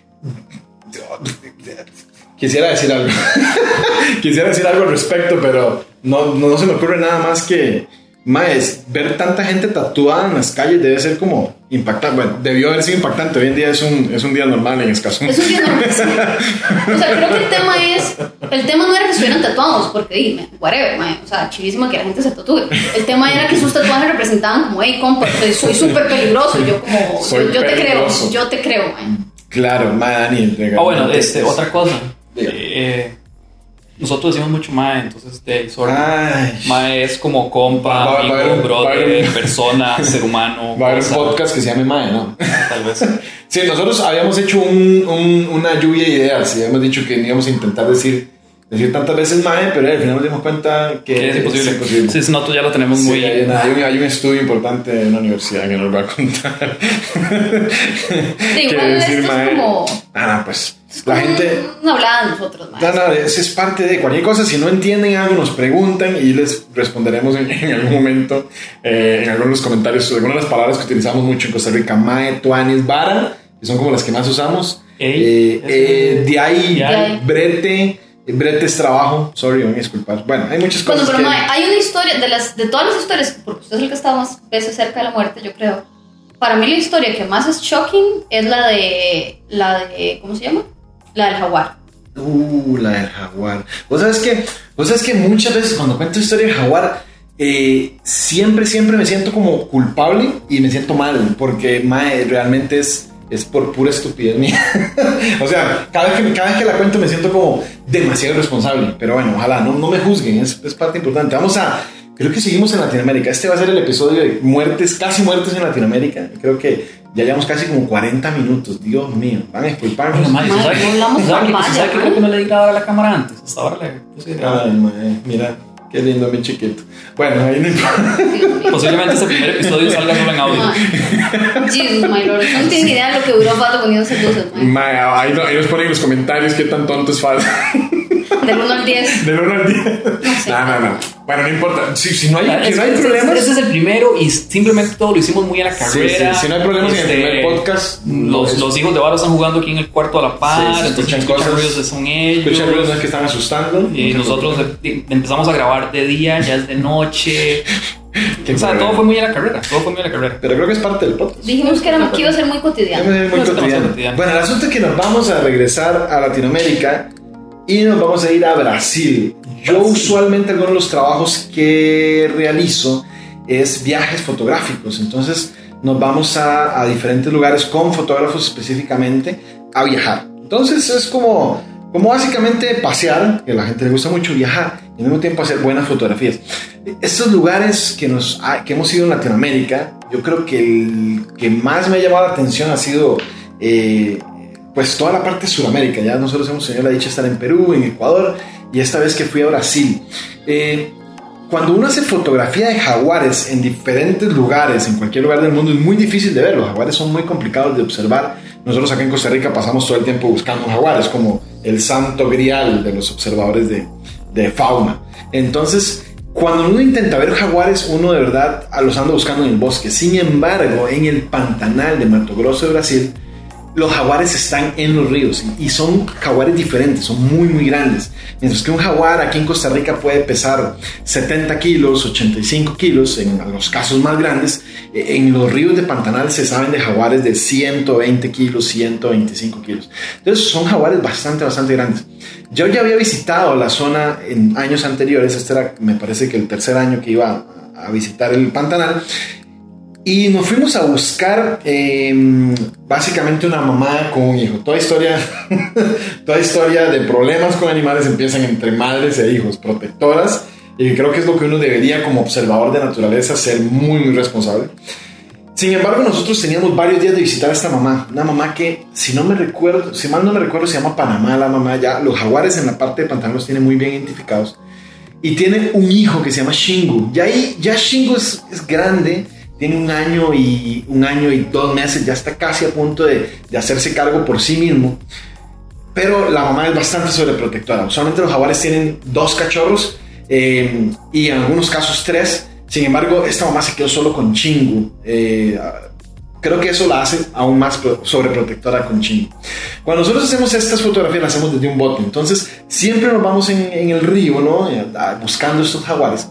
Quisiera decir algo, quisiera decir algo al respecto, pero no, no, no se me ocurre nada más que, más ver tanta gente tatuada en las calles debe ser como impactante. Bueno, debió haber sido impactante. Hoy en día es un, es un día normal en Escazú. Es un día normal, sí. O sea, creo que el tema es, el tema no era que estuvieran tatuados, porque dime, whatever, man. O sea, chivísima que la gente se tatúe. El tema era que sus tatuajes representaban como, hey, compa, soy súper peligroso. Yo como, Soy yo, yo te creo, peligroso. yo te creo, man. Claro, ma, Dani. Ah, bueno, este, otra cosa. Diga. Eh, nosotros decimos mucho mae, entonces de sorry. Ay. Mae es como compa, Va- va- amigo, va a haber- va a brother, haber- persona, ser humano. Va a haber un cosa, podcast que se llame Mae, ¿no? Tal vez. Sí, nosotros habíamos hecho un, un, una lluvia de ideas y habíamos dicho que íbamos a intentar decir, decir tantas veces Mae, pero al final nos dimos cuenta que Que es imposible. imposible. Sí, nosotros ya lo tenemos Sí, muy. hay, una- hay un, hay un estudio importante en una universidad que nos va a contar. Sí, que igual decir esto es Mae. como, Ah, no, pues es la como gente. una hablada de nosotros, man. No, no, eso es parte de cualquier cosa. Si no entienden algo, nos preguntan y les responderemos en, en algún momento, eh, en algunos comentarios, algunas de las palabras que utilizamos mucho en Costa Rica: mae, tuanis, vara, que son como las que más usamos. Ey, eh, eh, de ahí, De ahí. brete, brete es trabajo. Sorry, voy a disculpar. Bueno, hay muchas Bueno, cosas. pero que... mae, hay una historia, de, las, de todas las historias, porque usted es el que está más veces cerca de la muerte, yo creo. Para mí la historia que más es shocking es la de, la de, ¿cómo se llama? La del jaguar. Uh, la del jaguar. Vos sabes que, vos sabes que muchas veces cuando cuento historia del jaguar, eh, siempre, siempre me siento como culpable y me siento mal, porque mae, realmente es, es por pura estupidez mía. O sea, cada vez, que, cada vez que la cuento me siento como demasiado responsable. Pero bueno, ojalá no, no me juzguen, es, es parte importante. Vamos a, creo que seguimos en Latinoamérica. Este va a ser el episodio de muertes, casi muertes en Latinoamérica. Creo que ya llevamos casi como cuarenta minutos. Dios mío, van a disculparnos. Bueno, mae, Mae, ¿sabes no qué? hablamos ¿Sabes con qué? Maya, ¿Sabes qué? mae. Creo que no le di grabar a la cámara antes. Hasta ahora le puse grabar. Ay, mae, mira, qué lindo, mi chiquito. Bueno, ahí no importa. Posiblemente este primer episodio salga solo en audio. Mae. Jesus, my lord. No tienen idea de lo que duró Fato poniéndose luces, mae. Mae, ahí, ahí nos ponen en los comentarios qué tan tonto es falso. Del uno al diez. Del uno al diez. sé. No, no, no. Bueno, no importa. Si, si no hay, Ah, si es- no hay es- problemas. Ese es el primero y simplemente todo lo hicimos muy a la Sí, carrera. sí, si no hay problemas en el Este, primer podcast, Los, es- los hijos de Varo están jugando aquí en el cuarto a la par, Sí, sí, entonces escuchan escuchan cosas. ruidos, son ellos. Escuchan ruidos, no es que están asustando. Y No se nosotros preocupen. eh, empezamos a grabar de día, ya es de noche. Qué O sea, problema. todo fue muy a la carrera. Todo fue muy a la carrera. Pero creo que es parte del podcast. Dijimos que, era, que iba a ser muy Debe cotidiano. ser muy No, es demasiado cotidiano. cotidiano. Bueno, el asunto es que nos vamos a regresar a Latinoamérica y nos vamos a ir a Brasil. Yo Brasil. usualmente algunos de los trabajos que realizo es viajes fotográficos. Entonces nos vamos a, a diferentes lugares con fotógrafos específicamente a viajar. Entonces es como, como básicamente pasear, que a la gente le gusta mucho viajar y al mismo tiempo hacer buenas fotografías. Estos lugares que, nos, ha- que hemos ido en Latinoamérica, yo creo que el que más me ha llamado la atención ha sido eh, pues toda la parte de Sudamérica. Ya nosotros hemos tenido la dicha de estar en Perú, en Ecuador y esta vez que fui a Brasil. Eh, cuando uno hace fotografía de jaguares en diferentes lugares, en cualquier lugar del mundo, es muy difícil de ver. Los jaguares son muy complicados de observar. Nosotros acá en Costa Rica pasamos todo el tiempo buscando un jaguar. Es como el santo grial de los observadores de, de fauna. Entonces, cuando uno intenta ver jaguares, uno de verdad los anda buscando en el bosque. Sin embargo, en el Pantanal de Mato Grosso de Brasil, los jaguares están en los ríos y son jaguares diferentes, son muy muy grandes. Mientras que un jaguar aquí en Costa Rica puede pesar setenta kilos, ochenta y cinco kilos, en los casos más grandes. En los ríos de Pantanal se saben de jaguares de ciento veinte kilos, ciento veinticinco kilos. Entonces son jaguares bastante, bastante grandes. Yo ya había visitado la zona en años anteriores, este era, me parece que el tercer año que iba a visitar el Pantanal. Y nos fuimos a buscar eh, básicamente una mamá con un hijo. Toda historia, toda historia de problemas con animales empiezan entre madres e hijos, protectoras. Y creo que es lo que uno debería como observador de naturaleza ser muy, muy responsable. Sin embargo, nosotros teníamos varios días de visitar a esta mamá. Una mamá que, si no me recuerdo, si mal no me recuerdo, se llama Panamá la mamá. Ya los jaguares en la parte de Pantanal los tienen muy bien identificados. Y tiene un hijo que se llama Shingu. Y ahí ya Shingu es, es grande. Tiene un año y un año y dos meses, ya está casi a punto de, de hacerse cargo por sí mismo. Pero la mamá es bastante sobreprotectora. Usualmente los jaguares tienen dos cachorros eh, y en algunos casos tres. Sin embargo, esta mamá se quedó solo con Chingu. Eh, creo que eso la hace aún más sobreprotectora con Chingu. Cuando nosotros hacemos estas fotografías, las hacemos desde un bote. Entonces, siempre nos vamos en, en el río, ¿no? Buscando estos jaguares.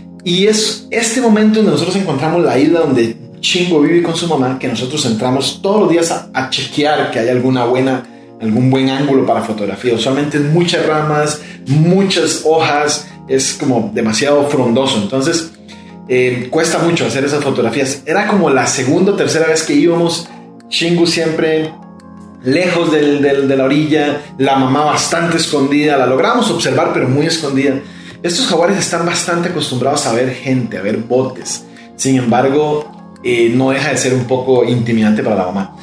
Y es este momento donde nosotros encontramos la isla donde Chingu vive con su mamá, que nosotros entramos todos los días a, a chequear que hay alguna buena, algún buen ángulo para fotografía. Usualmente es muchas ramas, muchas hojas, es como demasiado frondoso. Entonces, Eh, cuesta mucho hacer esas fotografías. Era como la segunda o tercera vez que íbamos. Chingu siempre lejos del, del, de la orilla, la mamá bastante escondida. La logramos observar, pero muy escondida. Estos jaguares están bastante acostumbrados a ver gente, a ver botes. Sin embargo, eh, no deja de ser un poco intimidante para la mamá.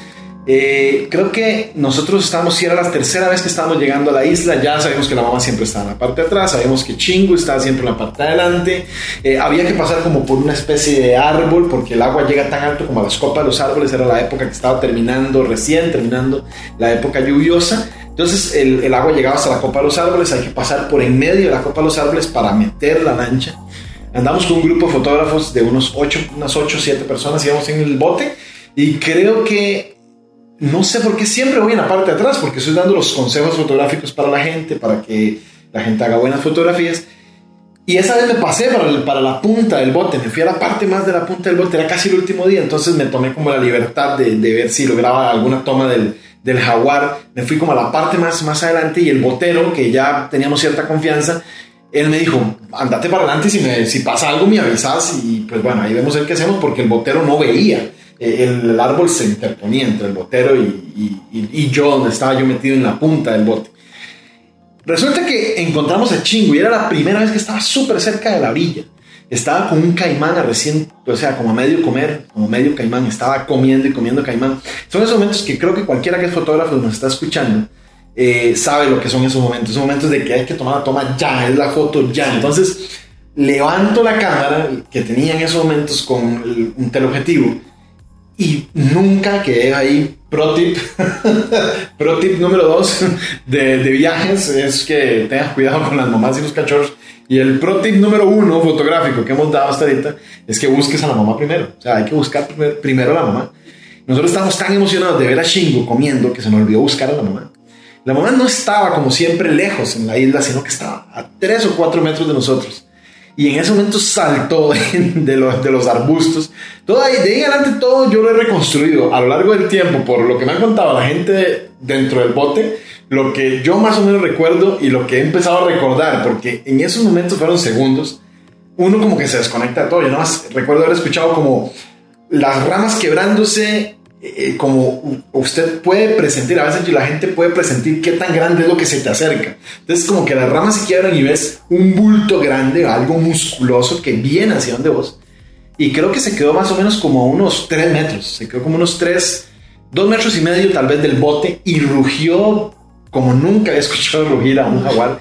Eh, creo que nosotros estamos, si era la tercera vez que estábamos llegando a la isla, ya sabemos que la mamá siempre está en la parte de atrás, sabemos que Chingu está siempre en la parte de adelante. Eh, había que pasar como por una especie de árbol porque el agua llega tan alto como a las copas de los árboles. Era la época que estaba terminando, recién terminando la época lluviosa. Entonces el, el agua llegaba hasta la copa de los árboles, hay que pasar por en medio de la copa de los árboles para meter la lancha. Andamos con un grupo de fotógrafos de unos ocho, unas ocho o siete personas, íbamos en el bote, y creo que no sé por qué siempre voy en la parte de atrás, porque estoy dando los consejos fotográficos para la gente, para que la gente haga buenas fotografías. Y esa vez me pasé para, el, para la punta del bote, me fui a la parte más de la punta del bote, era casi el último día, entonces me tomé como la libertad de, de ver si lograba alguna toma del, del jaguar. Me fui como a la parte más, más adelante, y el botero, que ya teníamos cierta confianza, él me dijo, andate para adelante, si, me, si pasa algo me avisas. Y pues bueno, ahí vemos el que hacemos, porque el botero no veía. El, el árbol se interponía entre el botero y, y, y yo, donde estaba yo metido en la punta del bote. Resulta que encontramos a Chingu y era la primera vez que estaba súper cerca de la orilla. Estaba con un caimán a recién, o sea, como a medio comer, como medio caimán, estaba comiendo y comiendo caimán. Son esos momentos que creo que cualquiera que es fotógrafo nos está escuchando eh, sabe lo que son esos momentos. Esos momentos de que hay que tomar la toma ya, es la foto ya. Entonces levanto la cámara que tenía en esos momentos con el, un teleobjetivo. Y nunca quedé ahí. Pro tip, pro tip número dos de, de viajes es que tengas cuidado con las mamás y los cachorros. Y el pro tip número uno fotográfico que hemos dado hasta ahorita es que busques a la mamá primero. O sea, hay que buscar primer, primero a la mamá. Nosotros estábamos tan emocionados de ver a Chingu comiendo que se nos olvidó buscar a la mamá. La mamá no estaba como siempre lejos en la isla, sino que estaba a tres o cuatro metros de nosotros. Y en ese momento saltó de los, de los arbustos. Todo ahí, de ahí en adelante todo yo lo he reconstruido a lo largo del tiempo, por lo que me ha contado la gente dentro del bote, lo que yo más o menos recuerdo y lo que he empezado a recordar, porque en esos momentos fueron segundos, uno como que se desconecta de todo. Yo nada más recuerdo haber escuchado como las ramas quebrándose, eh, como usted puede presentir, a veces la gente puede presentir qué tan grande es lo que se te acerca. Entonces como que las ramas se quiebran y ves un bulto grande, algo musculoso que viene hacia donde vos. Y creo que se quedó más o menos como a unos tres metros, se quedó como unos tres, dos metros y medio tal vez del bote, y rugió como nunca había escuchado rugir a un jaguar.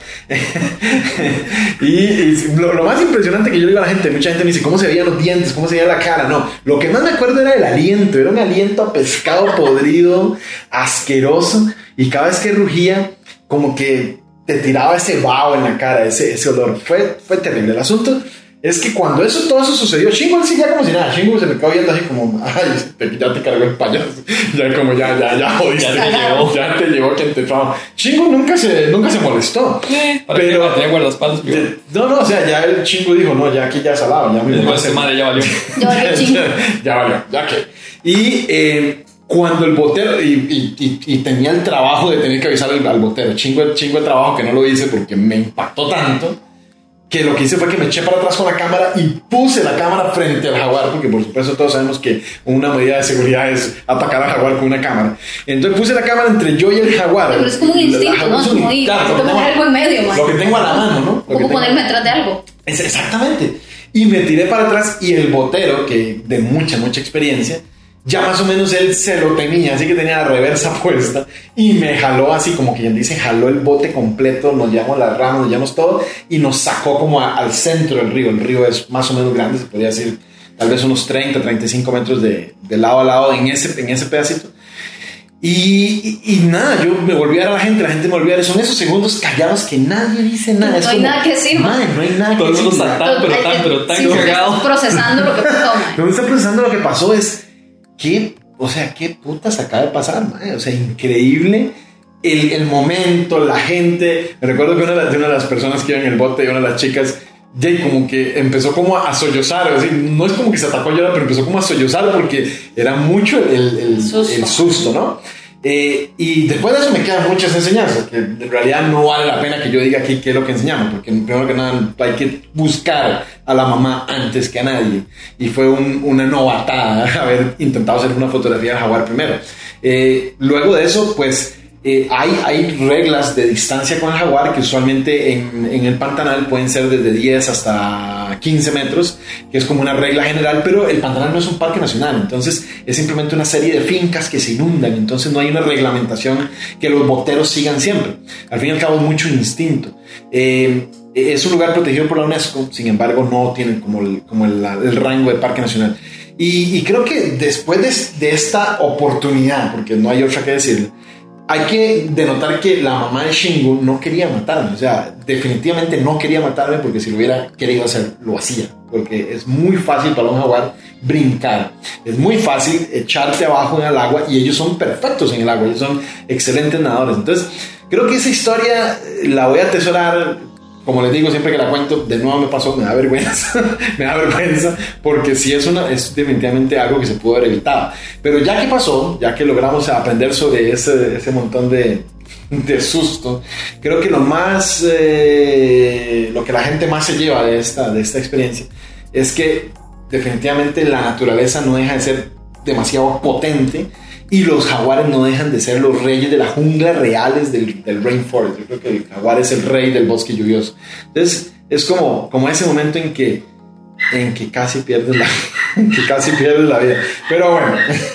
y, y lo, lo más impresionante que yo digo a la gente, mucha gente me dice, ¿cómo se veían los dientes? ¿Cómo se veía la cara? No, lo que más me acuerdo era el aliento, era un aliento a pescado podrido, asqueroso, y cada vez que rugía, como que te tiraba ese vaho en la cara, ese, ese olor. Fue, fue terrible. El asunto es que cuando eso, todo eso sucedió, Chingu sí ya como si nada, Chingu se me quedó viendo así como, ay, ya te cargó el payaso, ya como ya, ya, ya jodiste, ya te llevó, ya te llevó quien te trajo. Chingu nunca se, nunca se molestó, eh, pero tenía guardaespaldas. De, no, no, o sea, ya el Chingu dijo, no, ya aquí ya salado, ya me ese madre ya valió, ya valió Chingu, ya, ya valió, ya que, y eh, cuando el botero, y, y, y, y tenía el trabajo de tener que avisar al, al botero, chingo, chingo el trabajo que no lo hice porque me impactó tanto, que lo que hice fue que me eché para atrás con la cámara y puse la cámara frente al jaguar, porque por supuesto todos sabemos que una medida de seguridad es atacar al jaguar con una cámara. Entonces puse la cámara entre yo y el jaguar. Pero es como un instinto, ¿no? Es como ir, claro, como algo en medio, man. Lo que tengo a la mano, ¿no? Lo como ponerme detrás de algo. Es exactamente. Y me tiré para atrás y el botero, que de mucha, mucha experiencia, ya más o menos él se lo tenía, así que tenía la reversa puesta y me jaló así, como quien dice, jaló el bote completo, nos llevamos las ramas, nos llevamos todo y nos sacó como a, al centro del río. El río es más o menos grande, se podría decir, tal vez unos treinta, treinta y cinco metros de, de lado a lado en ese, en ese pedacito. Y, y, y nada, yo me volví a ver a la gente, la gente me volvió a ver. Son esos segundos callados que nadie dice nada. No es hay como, nada que decir, madre, no hay nada todo que el mundo decir. está tan, pero tan, pero tan sí, cagado. estás procesando lo que pasó, man. No está procesando lo que pasó, es qué, o sea, qué putas acaba de pasar, man. O sea, increíble el, el momento, la gente. Me recuerdo que una de, las, de una de las personas que iba en el bote, y una de las chicas, Jay, como que empezó como a sollozar, es decir, no es como que se atacó a llorar, pero empezó como a sollozar porque era mucho el, el, el, susto. el susto, ¿no? Eh, y después de eso me quedan muchas enseñanzas, que en realidad no vale la pena que yo diga aquí qué es lo que enseñamos, porque primero que nada hay que buscar a la mamá antes que a nadie, y fue un, una novatada haber intentado hacer una fotografía del jaguar primero. Eh, luego de eso, pues eh, hay, hay reglas de distancia con el jaguar que usualmente en, en el Pantanal pueden ser desde diez hasta quince metros, que es como una regla general, pero el Pantanal no es un parque nacional, entonces es simplemente una serie de fincas que se inundan, entonces no hay una reglamentación que los boteros sigan siempre. Al fin y al cabo es mucho instinto. Eh, es un lugar protegido por la UNESCO, sin embargo no tiene como el, como el, el rango de parque nacional. Y, y creo que después de, de esta oportunidad, porque no hay otra que decir, hay que denotar que la mamá de Shingo no quería matarme, o sea, definitivamente no quería matarme, porque si lo hubiera querido hacer, lo hacía, porque es muy fácil para un jaguar brincar, es muy fácil echarte abajo en el agua, y ellos son perfectos en el agua, ellos son excelentes nadadores. Entonces creo que esa historia la voy a atesorar. Como les digo, siempre que la cuento, de nuevo me pasó, me da vergüenza, me da vergüenza, porque sí es, una, es definitivamente algo que se pudo haber evitado. Pero ya que pasó, ya que logramos aprender sobre ese, ese montón de, de susto, creo que lo más, eh, lo que la gente más se lleva de esta, de esta experiencia es que definitivamente la naturaleza no deja de ser demasiado potente, y los jaguares no dejan de ser los reyes de la jungla reales del, del rainforest. Yo creo que el jaguar es el rey del bosque lluvioso. Entonces es como, como ese momento en que, en que casi pierdes la, en que casi pierdes la vida. Pero bueno,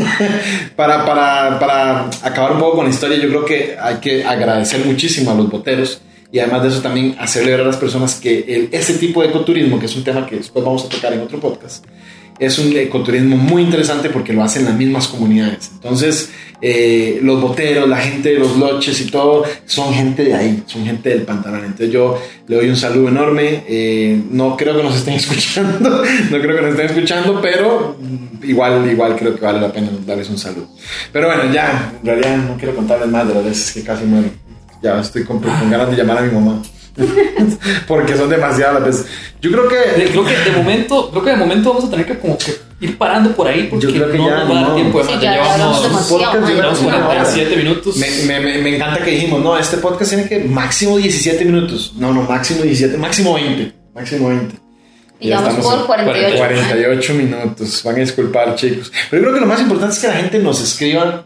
para, para, para acabar un poco con la historia, yo creo que hay que agradecer muchísimo a los boteros, y además de eso también hacerle ver a las personas que el, ese tipo de ecoturismo, que es un tema que después vamos a tocar en otro podcast, es un ecoturismo muy interesante porque lo hacen las mismas comunidades. Entonces eh, los boteros, la gente de los loches y todo son gente de ahí, son gente del Pantanal. Entonces yo le doy un saludo enorme. Eh, no creo que nos estén escuchando, no creo que nos estén escuchando, pero igual, igual creo que vale la pena darles un saludo. Pero bueno, ya, en realidad no quiero contarles más de las veces que casi muero. Ya estoy con, con ganas de llamar a mi mamá. Porque son demasiadas las veces. Yo creo que creo que de momento creo que de momento vamos a tener que como que ir parando por ahí, porque yo creo que no ya, nos va a dar no. tiempo de Sí, más. ya, Ya ya llevamos hablamos podcast, demasiado, llevamos man. cuarenta y siete minutos. Me, me, me, me encanta que dijimos, no, este podcast tiene que máximo diecisiete minutos. No, no, máximo diecisiete, máximo veinte. Máximo veinte. Y ya vamos por cuarenta y ocho. cuarenta y ocho minutos. Van a disculpar, chicos. Pero yo creo que lo más importante es que la gente nos escriba.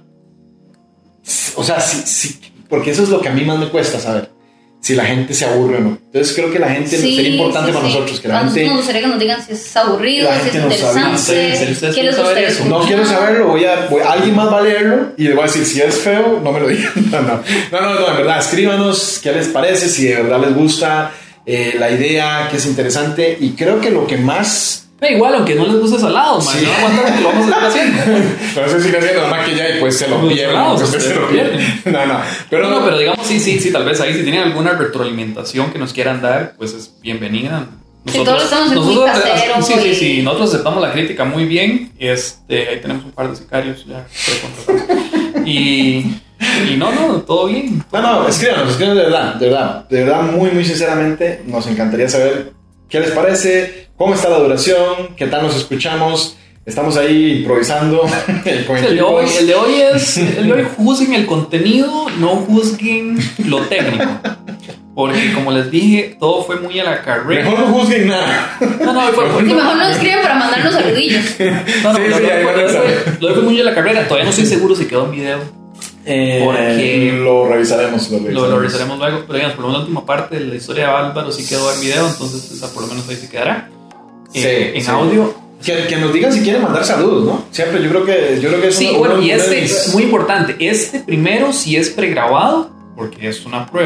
O sea, sí, sí, porque eso es lo que a mí más me cuesta saber. Si la gente se aburre o no. Entonces creo que la gente Sí, sería importante sí, para sí. nosotros. Que la A nosotros gente. nos gustaría que nos digan si es aburrido, La si es gente no sabe. interesante, Sí, sí, sí, qué les saber gustaría eso. escuchar. No quiero saberlo, voy a, voy, alguien más va a leerlo y le voy a decir, si es feo, no me lo digan. No, no, no, no, no, en verdad, escríbanos qué les parece, si de verdad les gusta eh, la idea, que es interesante. Y creo que lo que más... Pero igual, aunque no les guste salado, man, Sí. no aguantan que lo vamos a estar haciendo. Pero eso sigue haciendo más que ya y pues se lo Los pierden. salados, Ustedes se se lo lo pierden. No, no. Pero, No, no, pero digamos, sí, sí, sí, tal vez ahí si tienen alguna retroalimentación que nos quieran dar, pues es bienvenida. Sí, todos estamos en muy casero, sí, sí, sí, y- nosotros aceptamos la crítica muy bien. Este, ahí tenemos un par de sicarios ya precontratados. Y, y no, no, todo bien. No, no, escríbanos, escríbanos de verdad, de verdad, de verdad, muy, muy sinceramente, nos encantaría saber qué les parece, cómo está la duración, qué tal nos escuchamos. Estamos ahí improvisando con El de, hoy, equipos. el de hoy es, el de hoy juzguen el contenido, no juzguen lo técnico. Porque como les dije, todo fue muy a la carrera. Mejor no juzguen nada. No, no, fue, fue, Y mejor nos escriben para mandarnos saludillos. No, no, Sí, lo, sí, lo- ahí lo- van a lo- saber. lo fue muy a la carrera. Todavía no estoy seguro si quedó en video. Eh, Porque- lo revisaremos, lo revisaremos. Lo, lo revisaremos luego. Pero digamos, por lo menos la última parte de la historia de Álvaro sí quedó en video. Entonces, esa por lo menos ahí se quedará. Sí, Eh, en sí. audio. Que, que nos digan si quieren mandar saludos, ¿no? Siempre, yo creo que, yo creo que es Sí, una- bueno, una- y una de este, mis- muy importante, este primero sí es pregrabado, porque es una prueba,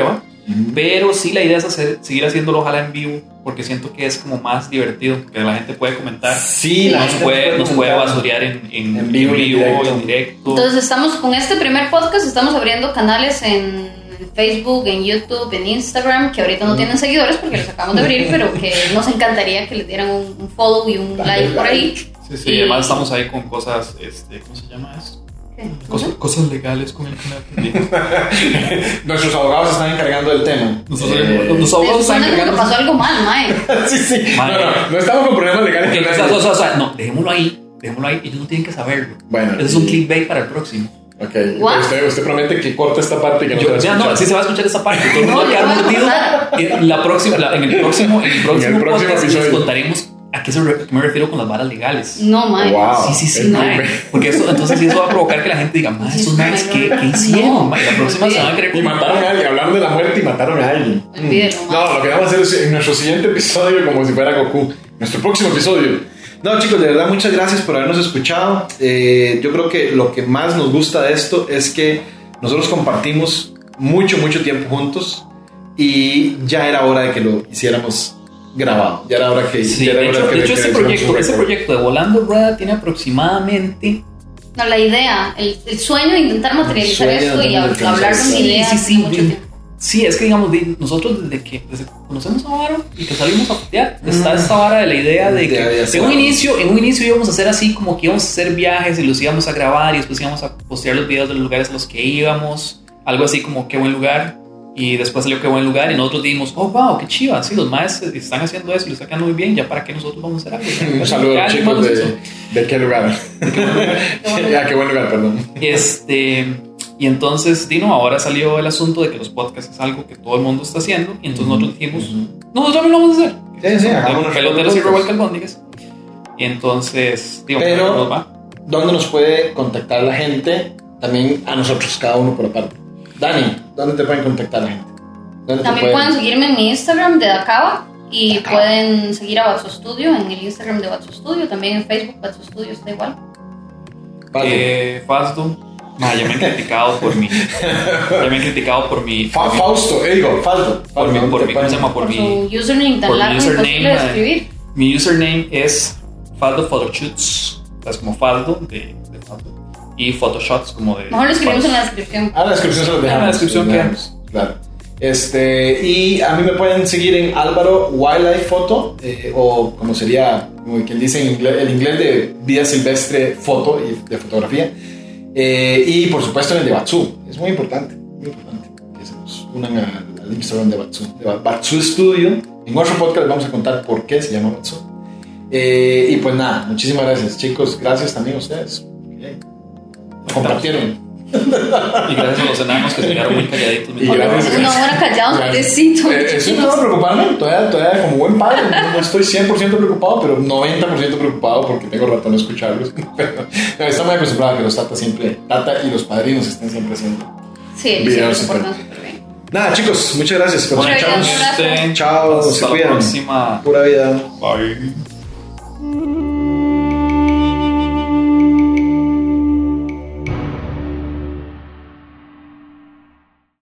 Uh-huh. Pero sí, la idea es hacer, seguir haciéndolo ojalá en vivo, porque siento que es como más divertido, que la gente puede comentar. Sí, la nos gente puede, puede nos puede basurear en, en, en vivo, en, vivo, en directo. en directo. Entonces estamos con este primer podcast, estamos abriendo canales en Facebook, en YouTube, en Instagram, que ahorita no tienen seguidores porque los acabamos de abrir, pero que nos encantaría que les dieran un, un follow y un like por ahí. Sí, sí, y además estamos ahí con cosas, este, ¿cómo se llama eso? Cosas, cosas legales con el canal. Nuestros abogados están encargando del tema. Nosotros, eh, los abogados están encargando. Que pasó algo mal, mae. sí, sí. Mae. No, no, no estamos con problemas legales. Okay, o, sea, o, sea, o sea, no, dejémoslo ahí. Dejémoslo ahí. Ellos no tienen que saberlo. Bueno. Ese es un clickbait para el próximo. Ok. Usted, usted promete que corta esta parte y que no Yo, se va a ya, escuchar. no, sí se va a escuchar esa parte. Todo el mundo va a quedar mordido. En, la próxima, la, en el próximo, en el próximo, en el próximo podcast episodio les contaremos a qué, se re, a qué me refiero con las varas legales. No, mae. Wow. Sí, sí, sí, mae. Porque eso, entonces eso va a provocar que la gente diga, mae, esos maes, ¿qué, ¿qué hicieron? No, mae? La próxima no, se van a querer. Y mataron a alguien. Hablaron de la muerte y mataron a alguien. Olvídelo, mm. No, lo que vamos a hacer es en nuestro siguiente episodio, como si fuera Goku. Nuestro próximo episodio. No, chicos, de verdad, muchas gracias por habernos escuchado. Eh, yo creo que lo que más nos gusta de esto es que nosotros compartimos mucho, mucho tiempo juntos y ya era hora de que lo hiciéramos grabado. Ya era hora que... Sí, ya era de hora hecho, que, de hecho que ese, proyecto, ese proyecto de Volando Rueda tiene aproximadamente... No, la idea, el, el sueño de intentar materializar esto y hablar de mi idea sí, sí, mucho sí. tiempo. Sí, es que digamos, nosotros desde que, desde que conocemos a Varo y que salimos a patear, mm. está esta vara de la idea de que en un, inicio, en un inicio íbamos a hacer así como que íbamos a hacer viajes y los íbamos a grabar y después íbamos a postear los videos de los lugares a los que íbamos, algo así como qué buen lugar, y después salió qué buen lugar y nosotros dijimos, oh wow, qué chiva, sí, los maes están haciendo eso y les está quedando muy bien, ya para qué nosotros vamos a hacer algo. Un saludo chicos de, de qué lugar. ¿De qué buen lugar? Ya, qué buen lugar, perdón. Este... Y entonces, Dino, ahora salió el asunto de que los podcasts es algo que todo el mundo está haciendo. Y entonces nosotros dijimos, uh-huh. nosotros también lo vamos a hacer. Sí, sí, hagamos peloteros y revuelca albóndigas. Y entonces, digo, pero, nos va. ¿dónde nos puede contactar la gente? También a nosotros, cada uno por aparte. Dani, ¿dónde te pueden contactar la gente? También pueden... pueden seguirme en mi Instagram de Dacaba. Y Dacaba. Pueden seguir a Batso Studio en el Instagram de Batso Studio. También en Facebook, Batso Studio está igual. Eh, Fasdo. Nah, ya me han criticado por mi. Ya me han criticado por mi. Fa, Fausto, eh, digo, Faldo. Por mi, por mi, ¿cómo se llama? Por, por mi. Su username tan largo imposible de escribir. Mi username es Faldo Photoshoots. Es como Faldo de, de Faldo. Y Photoshots como de. Mejor lo escribimos en la descripción. Ah, la descripción se lo dejamos. En la descripción quedamos. Claro. Este, y a mí me pueden seguir en Álvaro Wildlife Photo, eh, o como sería, como quien dice en inglés, el inglés de vida silvestre foto y de fotografía. Eh, y por supuesto en el de Batsu, es muy importante, muy importante que se nos unan al, al Instagram de Batsu, de Batsu Studio. En otro podcast les vamos a contar por qué se llama Batsu. Eh, y pues nada, muchísimas gracias, chicos, gracias también a ustedes. Okay. Compartieron. Y gracias a los enanos que se quedaron muy calladitos. Y gracias, una hora callados, necesito. Eh, estoy empezando a preocuparme, todavía, todavía como buen padre, no estoy cien por ciento preocupado, pero noventa por ciento preocupado porque tengo rato no escucharlos. Pero no, estoy muy acostumbrado a que los Tata siempre, Tata y los padrinos estén siempre haciendo. Sí, ellos se portan súper bien. Nada, chicos, muchas gracias por escucharnos. Chao, Chao, hasta se la cuidan. próxima. Pura vida. Bye.